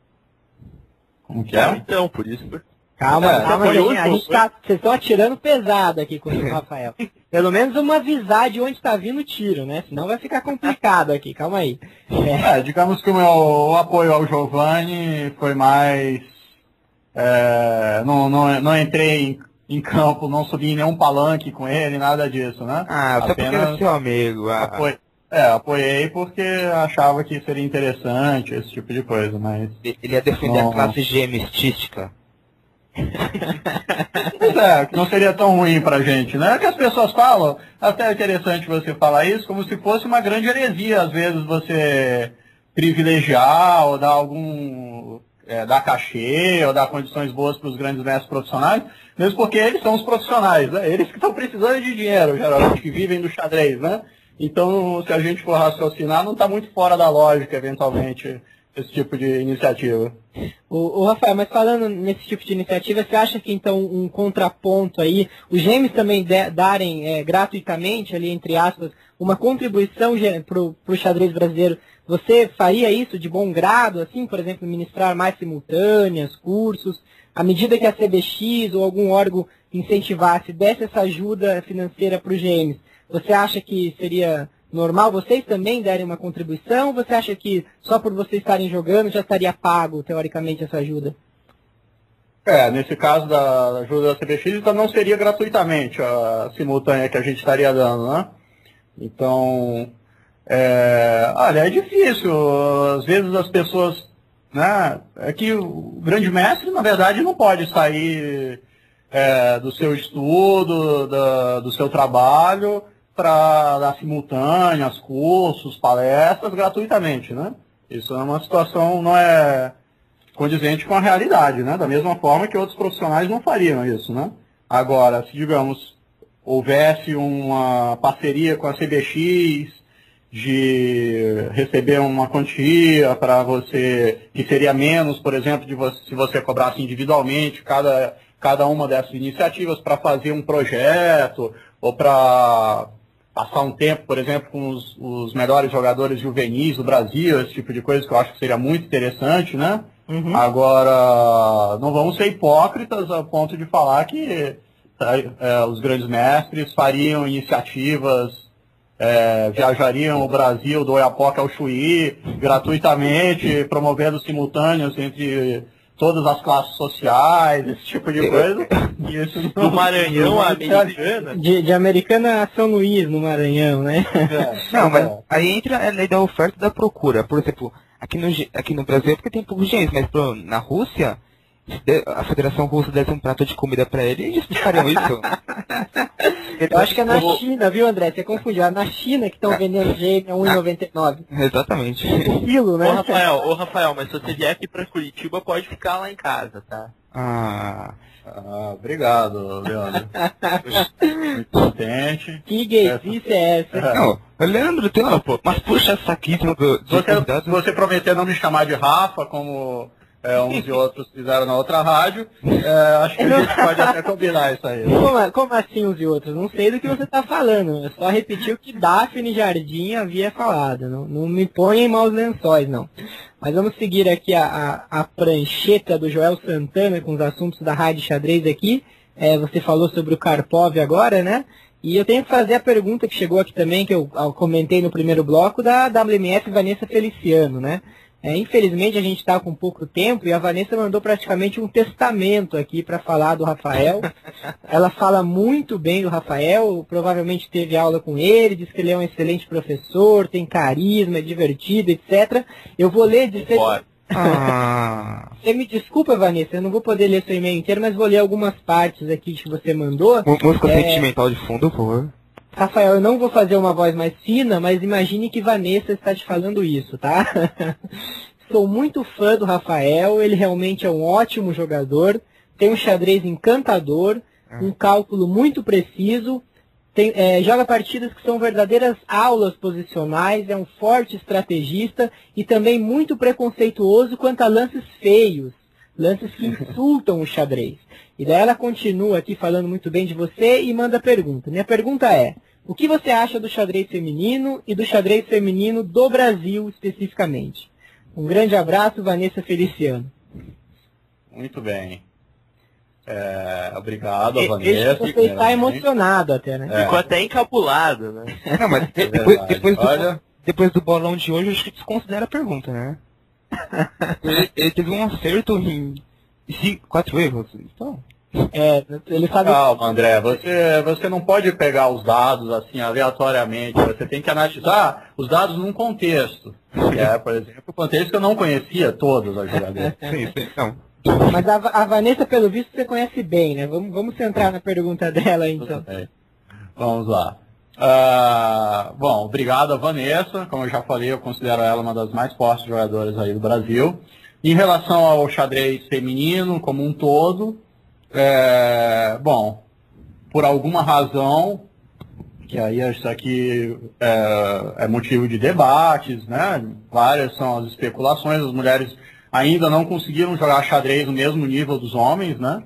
Como que é? Então, por isso. Calma, É, calma, apoiou gente, a o gente tá, vocês estão atirando pesado aqui com o Rafael. Pelo menos uma avisar de onde está vindo o tiro, né? Senão vai ficar complicado aqui, calma aí. É, É, digamos que o meu apoio ao Giovanni foi mais... é, não, não, não entrei em, em campo, não subi em nenhum palanque com ele, nada disso, né? Ah, só porque era seu amigo. Ah, Apoi- é, apoiei porque achava que seria interessante, esse tipo de coisa, mas... ele ia defender Não. a classe G mistística. Pois é, que não seria tão ruim pra gente, né? É que as pessoas falam, até é interessante você falar isso, como se fosse uma grande heresia, às vezes você privilegiar ou dar algum, é, dar cachê ou dar condições boas para os grandes mestres profissionais, mesmo porque eles são os profissionais, né? Eles que estão precisando de dinheiro, geralmente, que vivem do xadrez, né? Então, se a gente for raciocinar, não está muito fora da lógica, eventualmente, esse tipo de iniciativa. o, o Rafael, mas falando nesse tipo de iniciativa, você acha que então um contraponto aí, os gêmeos também de, darem é, gratuitamente, ali entre aspas, uma contribuição para o xadrez brasileiro, você faria isso de bom grado, assim, por exemplo, ministrar mais simultâneas, cursos, à medida que a C B X ou algum órgão incentivasse, desse essa ajuda financeira para os gêmeos, você acha que seria normal vocês também derem uma contribuição, ou você acha que só por vocês estarem jogando já estaria pago, teoricamente, essa ajuda? É, nesse caso da ajuda da C B X, então não seria gratuitamente a simultânea que a gente estaria dando, né? Então, é, olha, é difícil. Às vezes as pessoas, né? É que o grande mestre, na verdade, não pode sair é, do seu estudo, da, do seu trabalho, para dar simultâneas, cursos, palestras gratuitamente, né? Isso é uma situação, não é condizente com a realidade, né? Da mesma forma que outros profissionais não fariam isso, né? Agora, se, digamos, houvesse uma parceria com a C B X de receber uma quantia para você, que seria menos, por exemplo, de você, se você cobrasse individualmente cada, cada uma dessas iniciativas para fazer um projeto ou para passar um tempo, por exemplo, com os, os melhores jogadores juvenis do Brasil, esse tipo de coisa que eu acho que seria muito interessante, né? Uhum. Agora, não vamos ser hipócritas a ponto de falar que é, os grandes mestres fariam iniciativas, é, viajariam o Brasil do Oiapoque ao Chuí, gratuitamente, promovendo simultâneos entre todas as classes sociais, esse tipo de coisa. Isso no Maranhão, a Americana. De, de Americana a São Luís, no Maranhão, né? É, não, mas aí entra a lei da oferta e da procura. Por exemplo, aqui no, aqui no Brasil é porque tem pouco gente, mas pro, na Rússia, se a Federação Russa desse um prato de comida pra ele, eles fariam isso. Eu acho que é na China, viu, André? Você confundiu. É na China que estão vendendo gêmeo a um real e noventa e nove centavos. Exatamente. Um quilo, né? Ô, Rafael, ô, Rafael, mas se você vier aqui pra Curitiba, pode ficar lá em casa, tá? Ah... Ah, obrigado, Leandro. Muito contente. Que gaysice é essa? Não, Leandro, tem uma, mas puxa saquismo do, do você, você prometeu não me chamar de Rafa, como é, uns e outros fizeram na outra rádio, é, acho que a gente pode até combinar isso aí. Como, como assim uns e outros? Não sei do que você está falando. Eu só repeti o que Daphne Jardim havia falado. Não, não me ponha em maus lençóis, não. Mas vamos seguir aqui a, a, a prancheta do Joel Santana com os assuntos da Rádio Xadrez aqui. É, você falou sobre o Karpov agora, né? E eu tenho que fazer a pergunta que chegou aqui também, que eu, eu comentei no primeiro bloco, da W M F Vanessa Feliciano, né? É, infelizmente a gente está com pouco tempo e a Vanessa mandou praticamente um testamento aqui para falar do Rafael. Ela fala muito bem do Rafael, provavelmente teve aula com ele, diz que ele é um excelente professor, tem carisma, é divertido, etcétera. Eu vou ler... De... Ah. Você me desculpa, Vanessa, eu não vou poder ler seu e-mail inteiro, mas vou ler algumas partes aqui que você mandou. Música é... sentimental de fundo, por favor. Rafael, eu não vou fazer uma voz mais fina, mas imagine que Vanessa está te falando isso, tá? Sou muito fã do Rafael, ele realmente é um ótimo jogador, tem um xadrez encantador, um cálculo muito preciso, tem, é, joga partidas que são verdadeiras aulas posicionais, é um forte estrategista e também muito preconceituoso quanto a lances feios, lances que insultam o xadrez. E daí ela continua aqui falando muito bem de você e manda pergunta. Minha pergunta é, o que você acha do xadrez feminino e do xadrez feminino do Brasil especificamente? Um grande abraço, Vanessa Feliciano. Muito bem. É, obrigado, e, Vanessa. Você está emocionado até, né? É. Ficou até encabulado, né? Não, mas é depois, depois, do, Olha... depois do bolão de hoje, acho que desconsidera a pergunta, né? ele, ele teve um acerto em cinco, quatro erros, então... É, ele sabe... Calma, André, você, você não pode pegar os dados assim aleatoriamente, você tem que analisar os dados num contexto. É, por exemplo, o contexto que eu não conhecia todos as jogadoras. Sim, sim, não. Mas a, a Vanessa, pelo visto, você conhece bem, né? Vamos, vamos centrar na pergunta dela, então. Vamos lá. Uh, bom, obrigado a Vanessa. Como eu já falei, eu considero ela uma das mais fortes jogadoras aí do Brasil. Em relação ao xadrez feminino como um todo, é, bom, por alguma razão, que aí isso aqui é, é motivo de debates, né? Várias são as especulações, as mulheres ainda não conseguiram jogar xadrez no mesmo nível dos homens, né?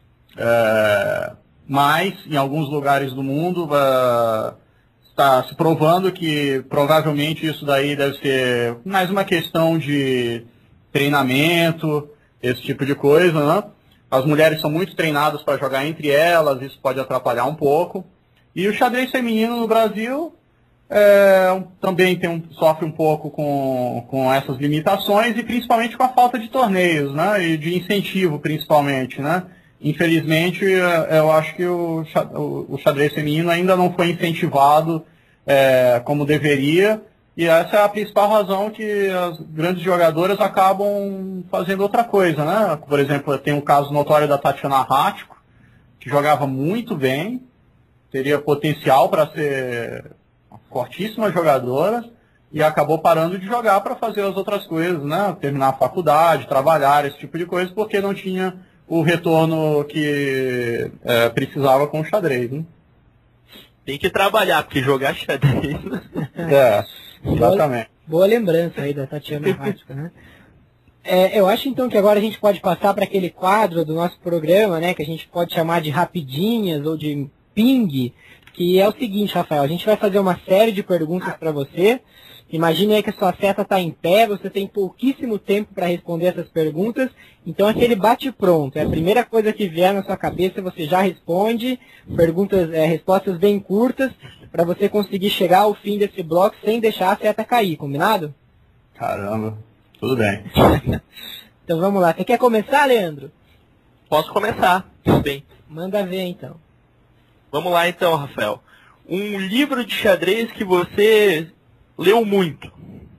É, mas, em alguns lugares do mundo, uh, está se provando que provavelmente isso daí deve ser mais uma questão de treinamento, esse tipo de coisa, né? As mulheres são muito treinadas para jogar entre elas, isso pode atrapalhar um pouco. E o xadrez feminino no Brasil é, também tem um, sofre um pouco com, com essas limitações e principalmente com a falta de torneios, né? E de incentivo, principalmente, né? Infelizmente, eu acho que o, o xadrez feminino ainda não foi incentivado é, como deveria, e essa é a principal razão que as grandes jogadoras acabam fazendo outra coisa, né? Por exemplo, tem um caso notório da Tatiana Ratko, que jogava muito bem, teria potencial para ser uma fortíssima jogadora, e acabou parando de jogar para fazer as outras coisas, né? Terminar a faculdade, trabalhar, esse tipo de coisa, porque não tinha o retorno que é, precisava com o xadrez, né? Tem que trabalhar, porque jogar xadrez... É, exatamente. Boa, boa lembrança aí da Tatiana Ratko, né? É, eu acho então que agora a gente pode passar para aquele quadro do nosso programa, né, que a gente pode chamar de rapidinhas ou de ping, que é o seguinte, Rafael, a gente vai fazer uma série de perguntas para você. Imagine aí que a sua seta está em pé, você tem pouquíssimo tempo para responder essas perguntas, então aquele bate-pronto, é a primeira coisa que vier na sua cabeça, você já responde, perguntas, é, respostas bem curtas, para você conseguir chegar ao fim desse bloco sem deixar a seta cair, combinado? Caramba, tudo bem. Então vamos lá, você quer começar, Leandro? Posso começar, tudo bem. Manda ver então. Vamos lá então, Rafael. Um livro de xadrez que você leu muito.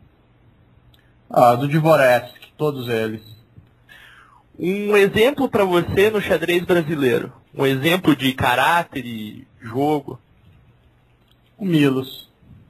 Ah, do Dvoretzky, todos eles. Um exemplo para você no xadrez brasileiro. Um exemplo de caráter e jogo. O Milos.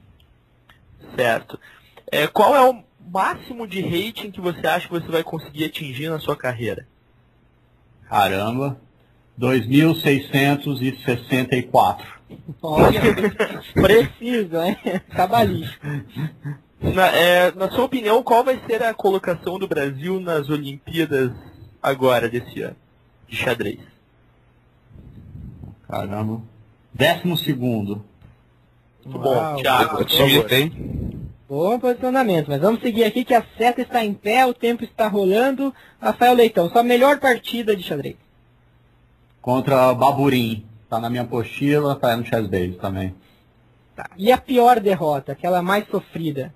Certo. É, qual é o máximo de rating que você acha que você vai conseguir atingir na sua carreira? Caramba. dois mil seiscentos e sessenta e quatro. Olha, preciso, hein? Cabalístico. Na, é, na sua opinião, qual vai ser a colocação do Brasil nas Olimpíadas agora, desse ano, de xadrez? Caramba. Décimo segundo. Muito Uau, bom, Thiago. Eu te gostei. Bom posicionamento, mas vamos seguir aqui que a seta está em pé, o tempo está rolando. Rafael Leitão, sua melhor partida de xadrez? Contra Baburin. Tá na minha apostila, tá no Chessbase também. Tá. E a pior derrota, aquela mais sofrida?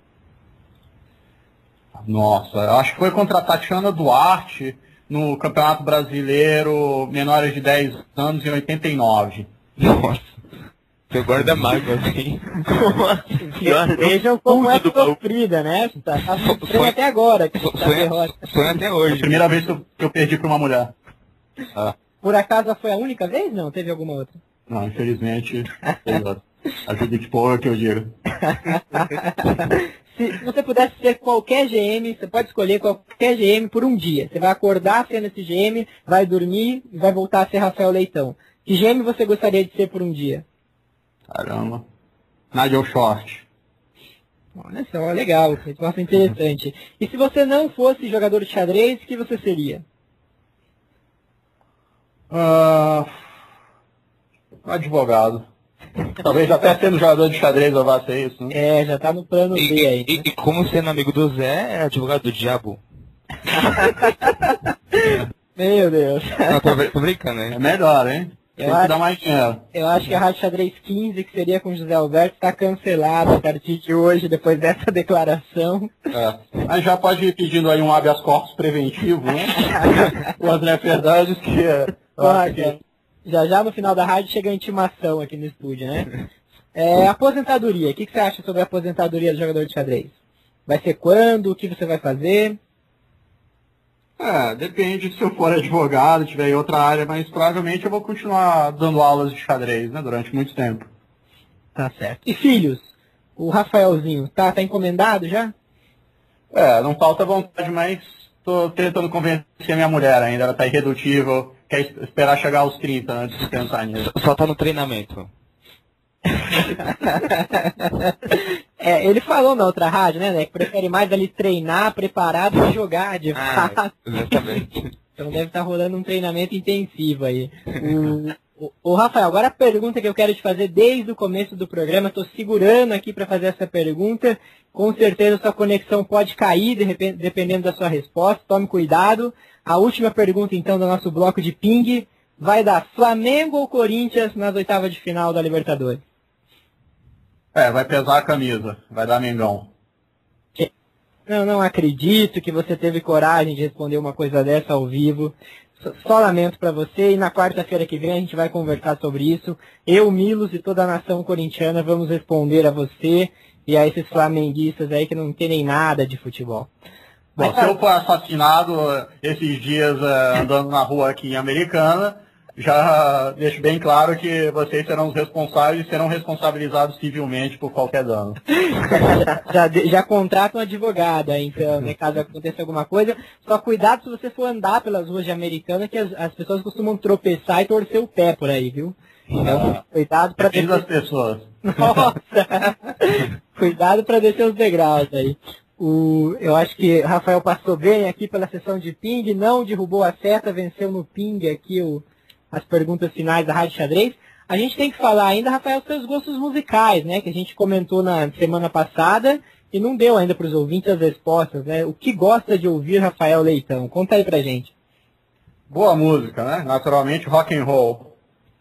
Nossa, eu acho que foi contra a Tatiana Duarte no Campeonato Brasileiro menores de dez anos em oitenta e nove. Nossa. Você guarda mágoa, assim. Vejam como é sofrida, né? Tá, tá sofrendo até agora. Que Foi, tá derrota. foi até hoje. Foi a primeira vez que eu, que eu perdi pra uma mulher. Ah. Por acaso foi a única vez? Não, teve alguma outra? Não, infelizmente, ajuda de porra que eu digo. Se você pudesse ser qualquer G M, você pode escolher qualquer G M por um dia. Você vai acordar sendo esse G M, vai dormir e vai voltar a ser Rafael Leitão. Que G M você gostaria de ser por um dia? Caramba. Nigel Short. Olha só, legal, resposta interessante. E se você não fosse jogador de xadrez, o que você seria? Uh, advogado. Talvez até sendo jogador de xadrez eu vá ser isso, né? É, já tá no plano B E, aí. e, Né? e como sendo amigo do Zé, é advogado do diabo. Meu Deus. Não, tô, br- tô brincando, É né? melhor, hein? Tem Eu que acho- dar mais dinheiro. Eu acho que a Rádio Xadrez quinze, que seria com José Alberto, está cancelada a partir de hoje, depois dessa declaração. É. Mas já pode ir pedindo aí um habeas corpus preventivo, né? O André Fernandes, que é... eu acho que- Já já no final da rádio chega a intimação aqui no estúdio, né? É, aposentadoria. O que, que você acha sobre a aposentadoria do jogador de xadrez? Vai ser quando? O que você vai fazer? É, depende se eu for advogado, tiver em outra área, mas provavelmente eu vou continuar dando aulas de xadrez, né, durante muito tempo. Tá certo. E filhos? O Rafaelzinho, tá, tá encomendado já? É, não falta vontade, mas tô tentando convencer a minha mulher ainda, ela tá irredutível, quer es- esperar chegar aos trinta antes de pensar nisso. Só tá no treinamento. É, ele falou na outra rádio, né, né, que prefere mais ali treinar, preparar do que jogar, de Ah, fato. exatamente. Então deve estar rolando um treinamento intensivo aí. O, o, o Rafael, agora a pergunta que eu quero te fazer desde o começo do programa, estou segurando aqui para fazer essa pergunta. Com certeza sua conexão pode cair, de repente, dependendo da sua resposta. Tome cuidado. A última pergunta, então, do nosso bloco de ping vai dar Flamengo ou Corinthians nas oitavas de final da Libertadores? É, vai pesar a camisa, vai dar Mengão. Não, não acredito que você teve coragem de responder uma coisa dessa ao vivo. Só lamento para você, e na quarta-feira que vem a gente vai conversar sobre isso. Eu, Milos e toda a nação corintiana vamos responder a você e a esses flamenguistas aí que não entendem nada de futebol. Bom, se eu for assassinado esses dias uh, andando na rua aqui em Americana, já deixo bem claro que vocês serão os responsáveis e serão responsabilizados civilmente por qualquer dano. já, já, já contrata um advogado aí, então, né, caso aconteça alguma coisa. Só cuidado se você for andar pelas ruas de Americana, que as, as pessoas costumam tropeçar e torcer o pé por aí, viu? Então, Ah, cuidado para Depende das pessoas. Nossa! Cuidado para descer os degraus aí. O, eu acho que o Rafael passou bem aqui pela sessão de ping, não derrubou a seta, venceu no ping aqui o, as perguntas finais da Rádio Xadrez. A gente tem que falar ainda, Rafael, seus gostos musicais, né? Que a gente comentou na semana passada e não deu ainda para os ouvintes as respostas, né? O que gosta de ouvir, Rafael Leitão? Conta aí pra gente. Boa música, né? Naturalmente rock and roll.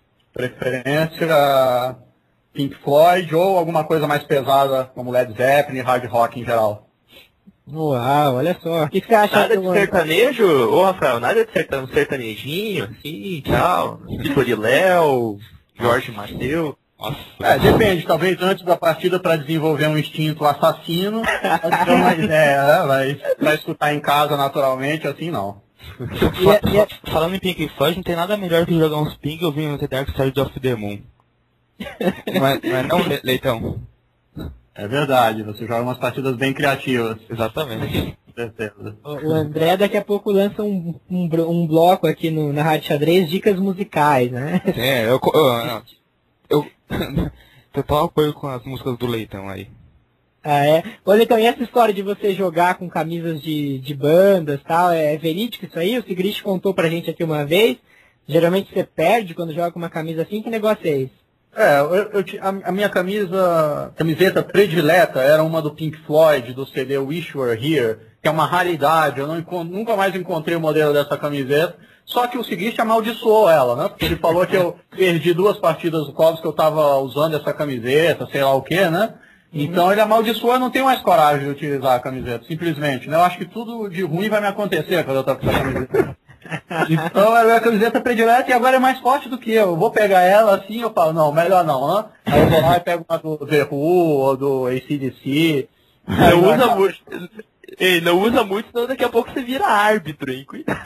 Preferência Pink Floyd ou alguma coisa mais pesada como Led Zeppelin e hard rock em geral. Uau, olha só. O que, que você acha? Nada de do... sertanejo, ô Rafael, nada de sertan- um sertanejinho, assim, tal. Vitor de Léo, Jorge Mateus. Nossa. É, depende, talvez antes da partida para desenvolver um instinto assassino, pode ter uma ideia, né? Mas para escutar em casa naturalmente, assim não. E, e, Fa- Falando em Pink Floyd, não tem nada melhor que jogar uns ping ouvindo The Dark Side of the Moon. Não é, não é não, Le- Leitão? É verdade, você joga umas partidas bem criativas. Exatamente. Com certeza. o André daqui a pouco lança um, um, bro- um bloco aqui no, na Rádio Xadrez, dicas musicais, né? É, eu... co- Eu... eu total apoio com as músicas do Leitão aí. Ah, é? Olha, então, e essa história de você jogar com camisas de, de bandas e tal, é verídico isso aí? O Sigrist contou pra gente aqui uma vez. Geralmente você perde quando joga com uma camisa assim, que negócio é esse? É, eu, eu ti- a, a minha camisa, camiseta predileta era uma do Pink Floyd, do C D Wish You Were Here, que é uma raridade, eu não encon- nunca mais encontrei o modelo dessa camiseta, só que o seguinte amaldiçoou ela, né? Porque ele falou que eu perdi duas partidas do Covas que eu estava usando essa camiseta, sei lá o que, né? Então ele amaldiçoou, eu não tenho mais coragem de utilizar a camiseta, simplesmente, né? Eu acho que tudo de ruim vai me acontecer quando eu tô com essa camiseta. Então era a camiseta predileta e agora é mais forte do que eu. Eu vou pegar ela assim, eu falo, não, melhor não, né? Aí eu vou lá e pego uma do The Who ou do A C D C. Não usa muito. Ei, não usa muito, senão daqui a pouco você vira árbitro, hein? Cuidado.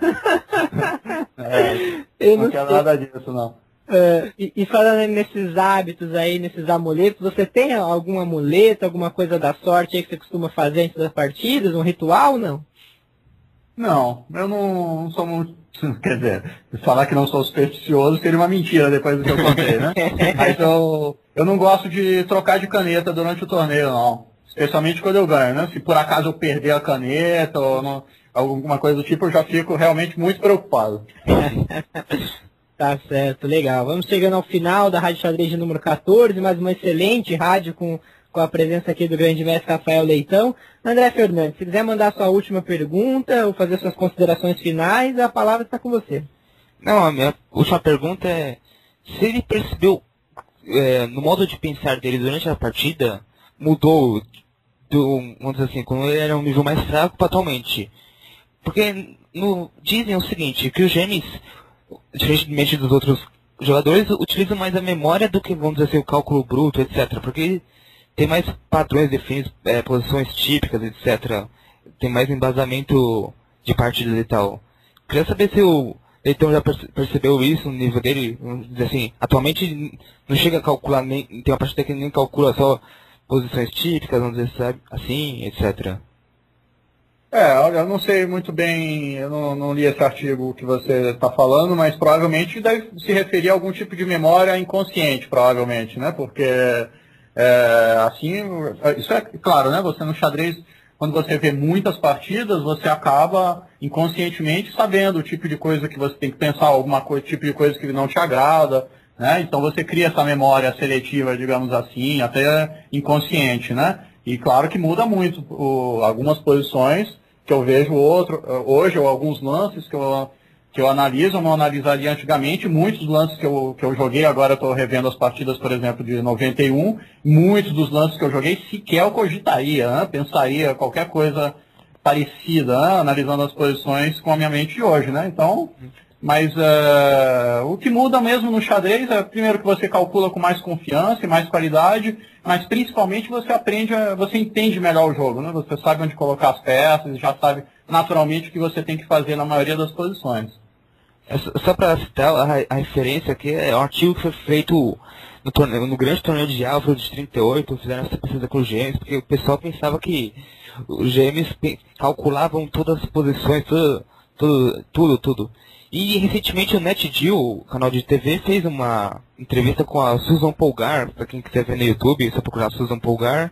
É, Eu não não quero sei. nada disso, não. É, e, e falando nesses hábitos aí, nesses amuletos, você tem algum amuleto, alguma coisa da sorte aí que você costuma fazer antes das partidas? Um ritual ou não? Não, eu não, não sou muito. Quer dizer, falar que não sou supersticioso seria uma mentira depois do que eu contei, né? Mas eu, eu não gosto de trocar de caneta durante o torneio, não. Especialmente quando eu ganho, né? Se por acaso eu perder a caneta ou não, alguma coisa do tipo, eu já fico realmente muito preocupado. Tá certo, legal. Vamos chegando ao final da Rádio Xadrez de número quatorze, mais uma excelente rádio com, com a presença aqui do grande mestre Rafael Leitão. André Fernandes, se quiser mandar sua última pergunta ou fazer suas considerações finais, a palavra está com você. Não, a minha última pergunta é se ele percebeu é, no modo de pensar dele durante a partida mudou do, vamos dizer assim, quando ele era um nível mais fraco para atualmente. Porque no, dizem o seguinte, que o Genis, diferentemente dos outros jogadores, utiliza mais a memória do que, vamos dizer assim, o cálculo bruto, etcétera. Porque tem mais padrões definidos, é, posições típicas, etcétera. Tem mais embasamento de partidas e tal. Queria saber se o Leitão já perce- percebeu isso no nível dele, vamos dizer assim, atualmente não chega a calcular, nem, tem uma partida que nem calcula só posições típicas, vamos dizer sabe, assim, etcétera. É, olha, eu não sei muito bem, eu não, não li esse artigo que você está falando, mas provavelmente deve se referir a algum tipo de memória inconsciente, provavelmente, né? Porque, é, assim, isso é claro, né? Você no xadrez, quando você vê muitas partidas, você acaba inconscientemente sabendo o tipo de coisa que você tem que pensar, alguma coisa, tipo de coisa que não te agrada, né? Então você cria essa memória seletiva, digamos assim, até inconsciente, né? E claro que muda muito o, algumas posições que eu vejo outro, hoje, ou alguns lances que eu, que eu analiso, eu não analisaria antigamente. Muitos dos lances que eu, que eu joguei, agora eu estou revendo as partidas, por exemplo, de noventa e um, muitos dos lances que eu joguei sequer eu cogitaria, né? Pensaria qualquer coisa parecida, né? Analisando as posições com a minha mente de hoje, né? Então, mas uh, o que muda mesmo no xadrez é, primeiro, que você calcula com mais confiança e mais qualidade, mas principalmente você aprende, a, você entende melhor o jogo, né? Você sabe onde colocar as peças, já sabe naturalmente o que você tem que fazer na maioria das posições. Só para citar, a, a referência aqui é um artigo que foi feito no, torneio, no grande torneio de Alfred de trinta e oito, fizeram essa pesquisa com os gêmeos, porque o pessoal pensava que os gêmeos calculavam todas as posições, tudo, tudo, tudo, tudo. E recentemente o NetGeo, o canal de T V, fez uma entrevista com a Susan Polgar, para quem quiser ver no YouTube, só procurar Susan Polgar.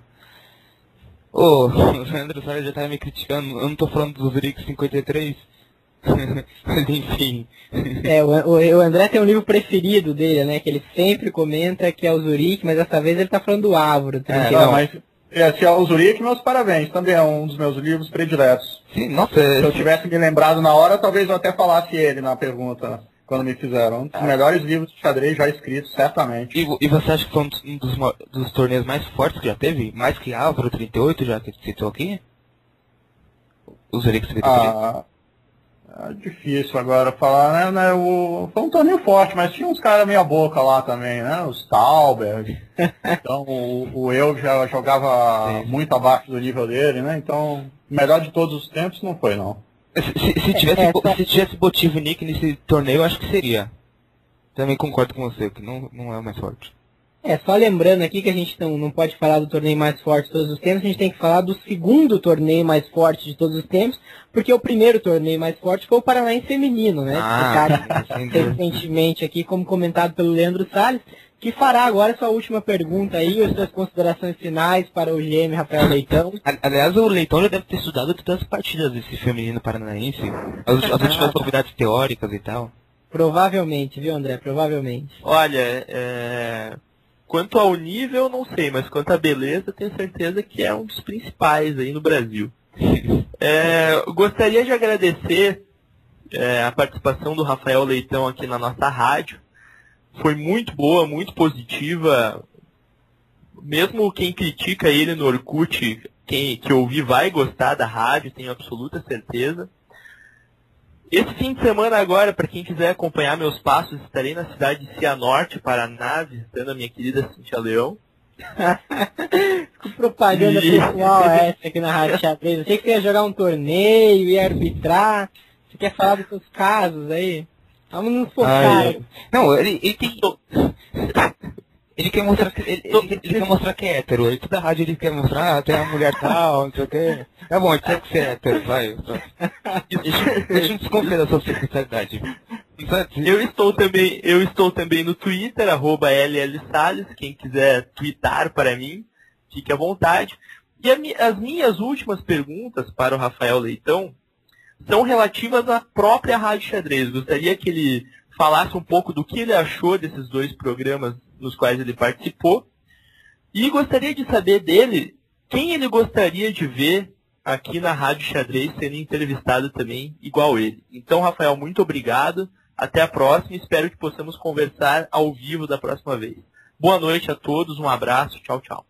Ô, o Leandro Salles já estava me criticando, eu não estou falando do Zurich cinquenta e três. Mas enfim. É, o, o, o André tem um livro preferido dele, né? Que ele sempre comenta, que é o Zurich, mas dessa vez ele tá falando do Álvaro. É, não, mas é, se é o Zurich, meus parabéns. Também é um dos meus livros prediletos. Sim, nossa, se eu tivesse me lembrado na hora, talvez eu até falasse ele na pergunta, quando me fizeram. Um dos ah. melhores livros de xadrez já escritos, certamente. E, e você acha que foi um dos, um dos, dos torneios mais fortes que já teve? Mais que Álvaro trinta e oito, já que citou aqui? O Zurich trinta e três? Ah, é difícil agora falar, né? né o, foi um torneio forte, mas tinha uns caras meia boca lá também, né? Os Tauber. Então o, o eu já jogava Sim. muito abaixo do nível dele, né? Então, o melhor de todos os tempos não foi, não. Se, se, tivesse, é, é, se tivesse Botvinnik nesse torneio, eu acho que seria. Também concordo com você, que não, não é o mais forte. É, só lembrando aqui que a gente não, não pode falar do torneio mais forte de todos os tempos, a gente tem que falar do segundo torneio mais forte de todos os tempos, porque o primeiro torneio mais forte foi o Paranaense Feminino, né? Ah, recentemente aqui, como comentado pelo Leandro Salles, que fará agora sua última pergunta aí, as suas considerações finais para o G M Rafael Leitão. Aliás, o Leitão já deve ter estudado todas as partidas desse feminino paranaense, as, as últimas novidades teóricas e tal. Provavelmente, viu, André? Provavelmente. Olha, é... quanto ao nível, não sei, mas quanto à beleza, tenho certeza que é um dos principais aí no Brasil. É, gostaria de agradecer é, a participação do Rafael Leitão aqui na nossa rádio. Foi muito boa, muito positiva. Mesmo quem critica ele no Orkut, quem que ouvir vai gostar da rádio, tenho absoluta certeza. Esse fim de semana agora, para quem quiser acompanhar meus passos, estarei na cidade de Cianorte, Paraná, visitando a minha querida Cintia Leão. Que propaganda e... pessoal é essa aqui na Rádio Xadrez? Eu sei que você ia jogar um torneio, ia arbitrar. Você quer falar dos seus casos aí? Vamos nos focar. Ai, não, ele, ele tem... Ele quer mostrar que ele, ele, ele quer mostrar que é hétero. Ele toda a rádio ele quer mostrar, ah, tem uma mulher tal, não sei o quê. É bom, ele tem que ser hétero, vai. Deixa, deixa eu desconfiar da sua sexualidade. Eu estou também, eu estou também no Twitter, arroba L L Salles, quem quiser twittar para mim, fique à vontade. E a, as minhas últimas perguntas para o Rafael Leitão são relativas à própria Rádio Xadrez. Gostaria que ele falasse um pouco do que ele achou desses dois programas nos quais ele participou. E gostaria de saber dele quem ele gostaria de ver aqui na Rádio Xadrez sendo entrevistado também, igual ele. Então, Rafael, muito obrigado. Até a próxima. Espero que possamos conversar ao vivo da próxima vez. Boa noite a todos. Um abraço. Tchau, tchau.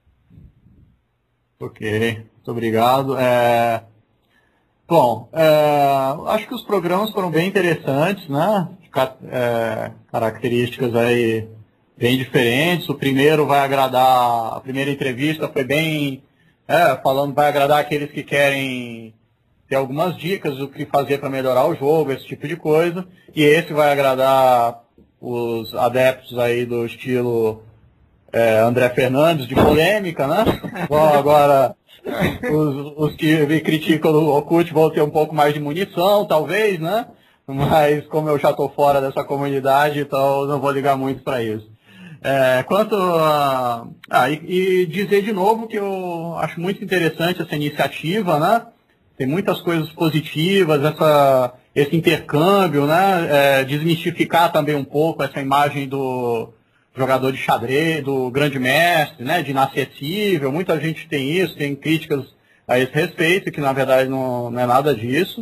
Ok. Muito obrigado. É... Bom, é... acho que os programas foram bem interessantes, né? É... Características aí bem diferentes. O primeiro vai agradar, a primeira entrevista foi bem, é, falando, vai agradar aqueles que querem ter algumas dicas do que fazer para melhorar o jogo, esse tipo de coisa. E esse vai agradar os adeptos aí do estilo é, André Fernandes, de polêmica, né? Bom, agora os, os que me criticam no Orkut vão ter um pouco mais de munição, talvez, né? Mas como eu já estou fora dessa comunidade, então não vou ligar muito para isso. É, quanto a... Ah, e, e dizer de novo que eu acho muito interessante essa iniciativa, né? Tem muitas coisas positivas, essa, esse intercâmbio, né? É, desmistificar também um pouco essa imagem do jogador de xadrez, do grande mestre, né? De inacessível. Muita gente tem isso, tem críticas a esse respeito, que na verdade não, não é nada disso.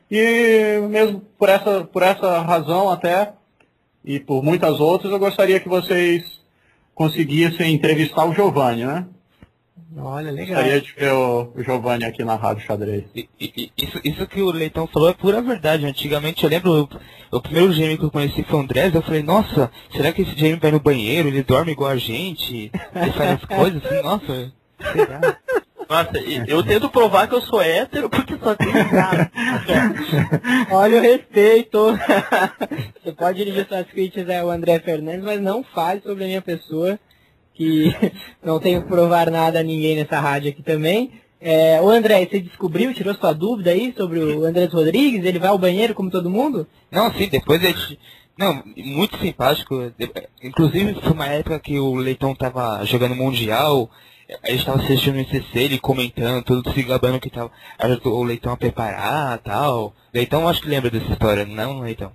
E mesmo por essa, por essa razão até, e por muitas outras, eu gostaria que vocês conseguissem entrevistar o Giovanni, né? Olha, legal. Gostaria de ver o, o Giovanni aqui na Rádio Xadrez. E, e, isso, isso que o Leitão falou é pura verdade. Antigamente, eu lembro, o, o primeiro gêmeo que eu conheci foi o Andrés, eu falei, nossa, será que esse gêmeo vai no banheiro, ele dorme igual a gente, ele faz as coisas assim, nossa, será? Nossa, eu tento provar que eu sou hétero porque só tem cara. Olha o respeito. Você pode dirigir suas críticas ao André Fernandes, mas não fale sobre a minha pessoa, que não tenho que provar nada a ninguém nessa rádio aqui também. É, o André, você descobriu, tirou sua dúvida aí sobre o Andrés Rodrigues? Ele vai ao banheiro como todo mundo? Não, sim, depois ele... Não, muito simpático. Inclusive, foi uma época que o Leitão tava jogando Mundial, a gente tava assistindo o I C C, ele comentando, tudo se gabando que tava, ajudou o Leitão a preparar e tal. Leitão, acho que lembra dessa história, não, Leitão?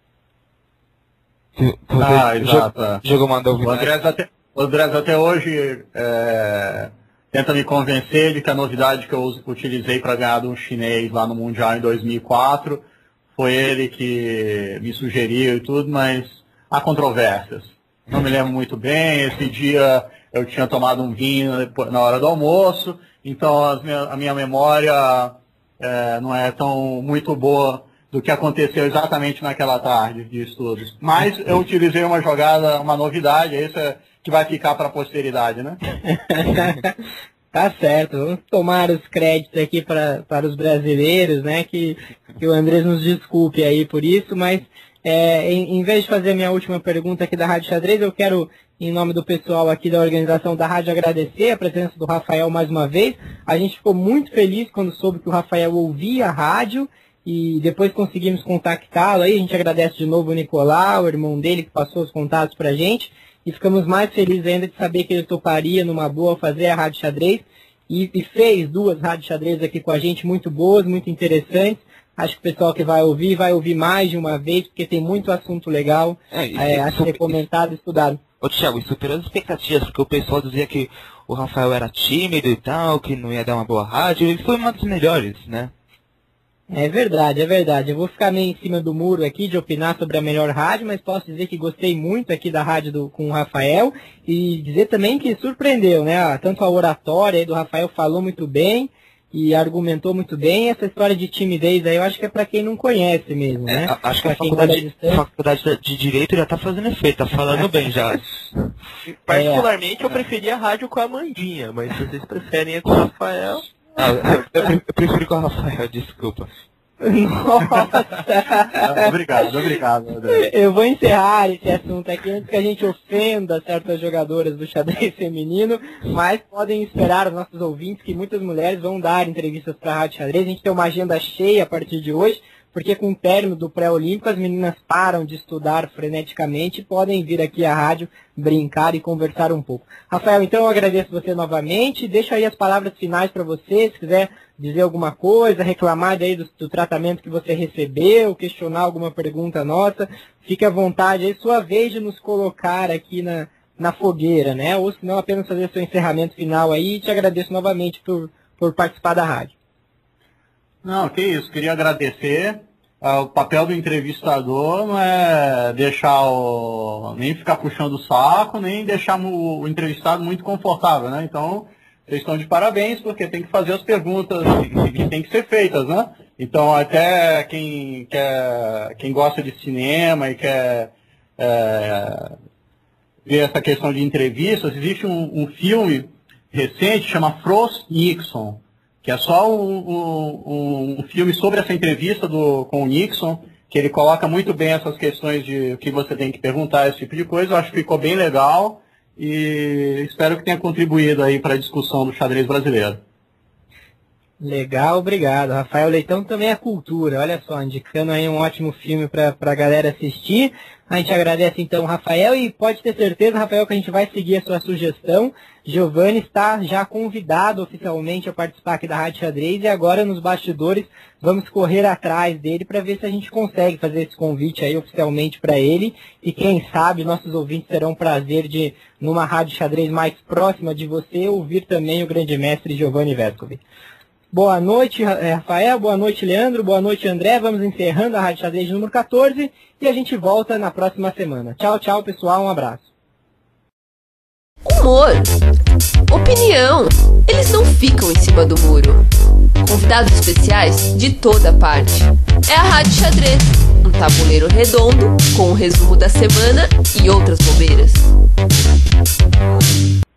Você Ah, exato. Jogou, jogou uma O novidade. Andrés até, o Andrés até hoje é, tenta me convencer de que a novidade que eu us- utilizei para ganhar de um chinês lá no Mundial em dois mil e quatro foi ele que me sugeriu e tudo, mas há controvérsias. Não me lembro muito bem, esse dia eu tinha tomado um vinho depois- na hora do almoço, então as minha- a minha memória é, não é tão muito boa do que aconteceu exatamente naquela tarde de estudos. Mas eu utilizei uma jogada, uma novidade, isso é que vai ficar para a posteridade, né? Tá certo, vamos tomar os créditos aqui pra, para os brasileiros, né? Que, que o Andrés nos desculpe aí por isso, mas é, em, em vez de fazer a minha última pergunta aqui da Rádio Xadrez, eu quero, em nome do pessoal aqui da organização da rádio, agradecer a presença do Rafael mais uma vez. A gente ficou muito feliz quando soube que o Rafael ouvia a rádio e depois conseguimos contactá-lo aí. A gente agradece de novo o Nicolau, o irmão dele, que passou os contatos pra gente. E ficamos mais felizes ainda de saber que ele toparia numa boa fazer a Rádio Xadrez. E, e fez duas Rádio Xadrez aqui com a gente, muito boas, muito interessantes. Acho que o pessoal que vai ouvir, vai ouvir mais de uma vez, porque tem muito assunto legal É, isso- é, a isso- ser comentado e estudado. Ô Thiago, isso superou as expectativas, porque o pessoal dizia que o Rafael era tímido e tal, que não ia dar uma boa rádio, e foi uma das melhores, né? É verdade, é verdade. Eu vou ficar meio em cima do muro aqui de opinar sobre a melhor rádio, mas posso dizer que gostei muito aqui da rádio do, com o Rafael e dizer também que surpreendeu, né? Ah, tanto a oratória aí do Rafael falou muito bem e argumentou muito bem. Essa história de timidez aí eu acho que é para quem não conhece mesmo, né? É, a- acho que a Pra quem tá da faculdade, distância. faculdade de Direito já tá fazendo efeito, tá falando bem já. Particularmente eu preferia a rádio com a Amandinha, mas se vocês preferem a com o Rafael... Ah, eu, eu, eu prefiro com o Rafael, desculpa. Nossa! Obrigado, obrigado, André. Eu vou encerrar esse assunto aqui antes que a gente ofenda certas jogadoras do xadrez feminino, mas podem esperar os nossos ouvintes que muitas mulheres vão dar entrevistas para a Rádio Xadrez. A gente tem uma agenda cheia a partir de hoje, porque com o término do pré-olímpico as meninas param de estudar freneticamente e podem vir aqui à rádio brincar e conversar um pouco. Rafael, então eu agradeço você novamente, deixo aí as palavras finais para você, se quiser dizer alguma coisa, reclamar daí do, do tratamento que você recebeu, questionar alguma pergunta nossa, fique à vontade aí, sua vez de nos colocar aqui na, na fogueira, né? Ou se não, apenas fazer seu encerramento final aí, e te agradeço novamente por, por participar da rádio. Não, que isso, queria agradecer. Ah, o papel do entrevistador não é deixar o. nem ficar puxando o saco, nem deixar o, o entrevistado muito confortável, né? Então, vocês estão de parabéns, porque tem que fazer as perguntas que, que tem que ser feitas, né? Então, até quem, quer, quem gosta de cinema e quer é, ver essa questão de entrevistas, existe um, um filme recente que chama Frost Nixon, que é só um, um, um filme sobre essa entrevista do, com o Nixon, que ele coloca muito bem essas questões de o que você tem que perguntar, esse tipo de coisa. Eu acho que ficou bem legal e espero que tenha contribuído aí para a discussão do xadrez brasileiro. Legal, obrigado. Rafael Leitão também é cultura, olha só, indicando aí um ótimo filme para a galera assistir. A gente agradece então o Rafael e pode ter certeza, Rafael, que a gente vai seguir a sua sugestão. Giovanni está já convidado oficialmente a participar aqui da Rádio Xadrez e agora nos bastidores vamos correr atrás dele para ver se a gente consegue fazer esse convite aí oficialmente para ele e quem sabe nossos ouvintes terão o prazer de, numa Rádio Xadrez mais próxima de você, ouvir também o grande mestre Giovanni Vescovi. Boa noite, Rafael. Boa noite, Leandro. Boa noite, André. Vamos encerrando a Rádio Xadrez número quatorze e a gente volta na próxima semana. Tchau, tchau, pessoal. Um abraço. Humor, opinião, eles não ficam em cima do muro. Convidados especiais de toda parte. É a Rádio Xadrez, um tabuleiro redondo com o resumo da semana e outras bobeiras.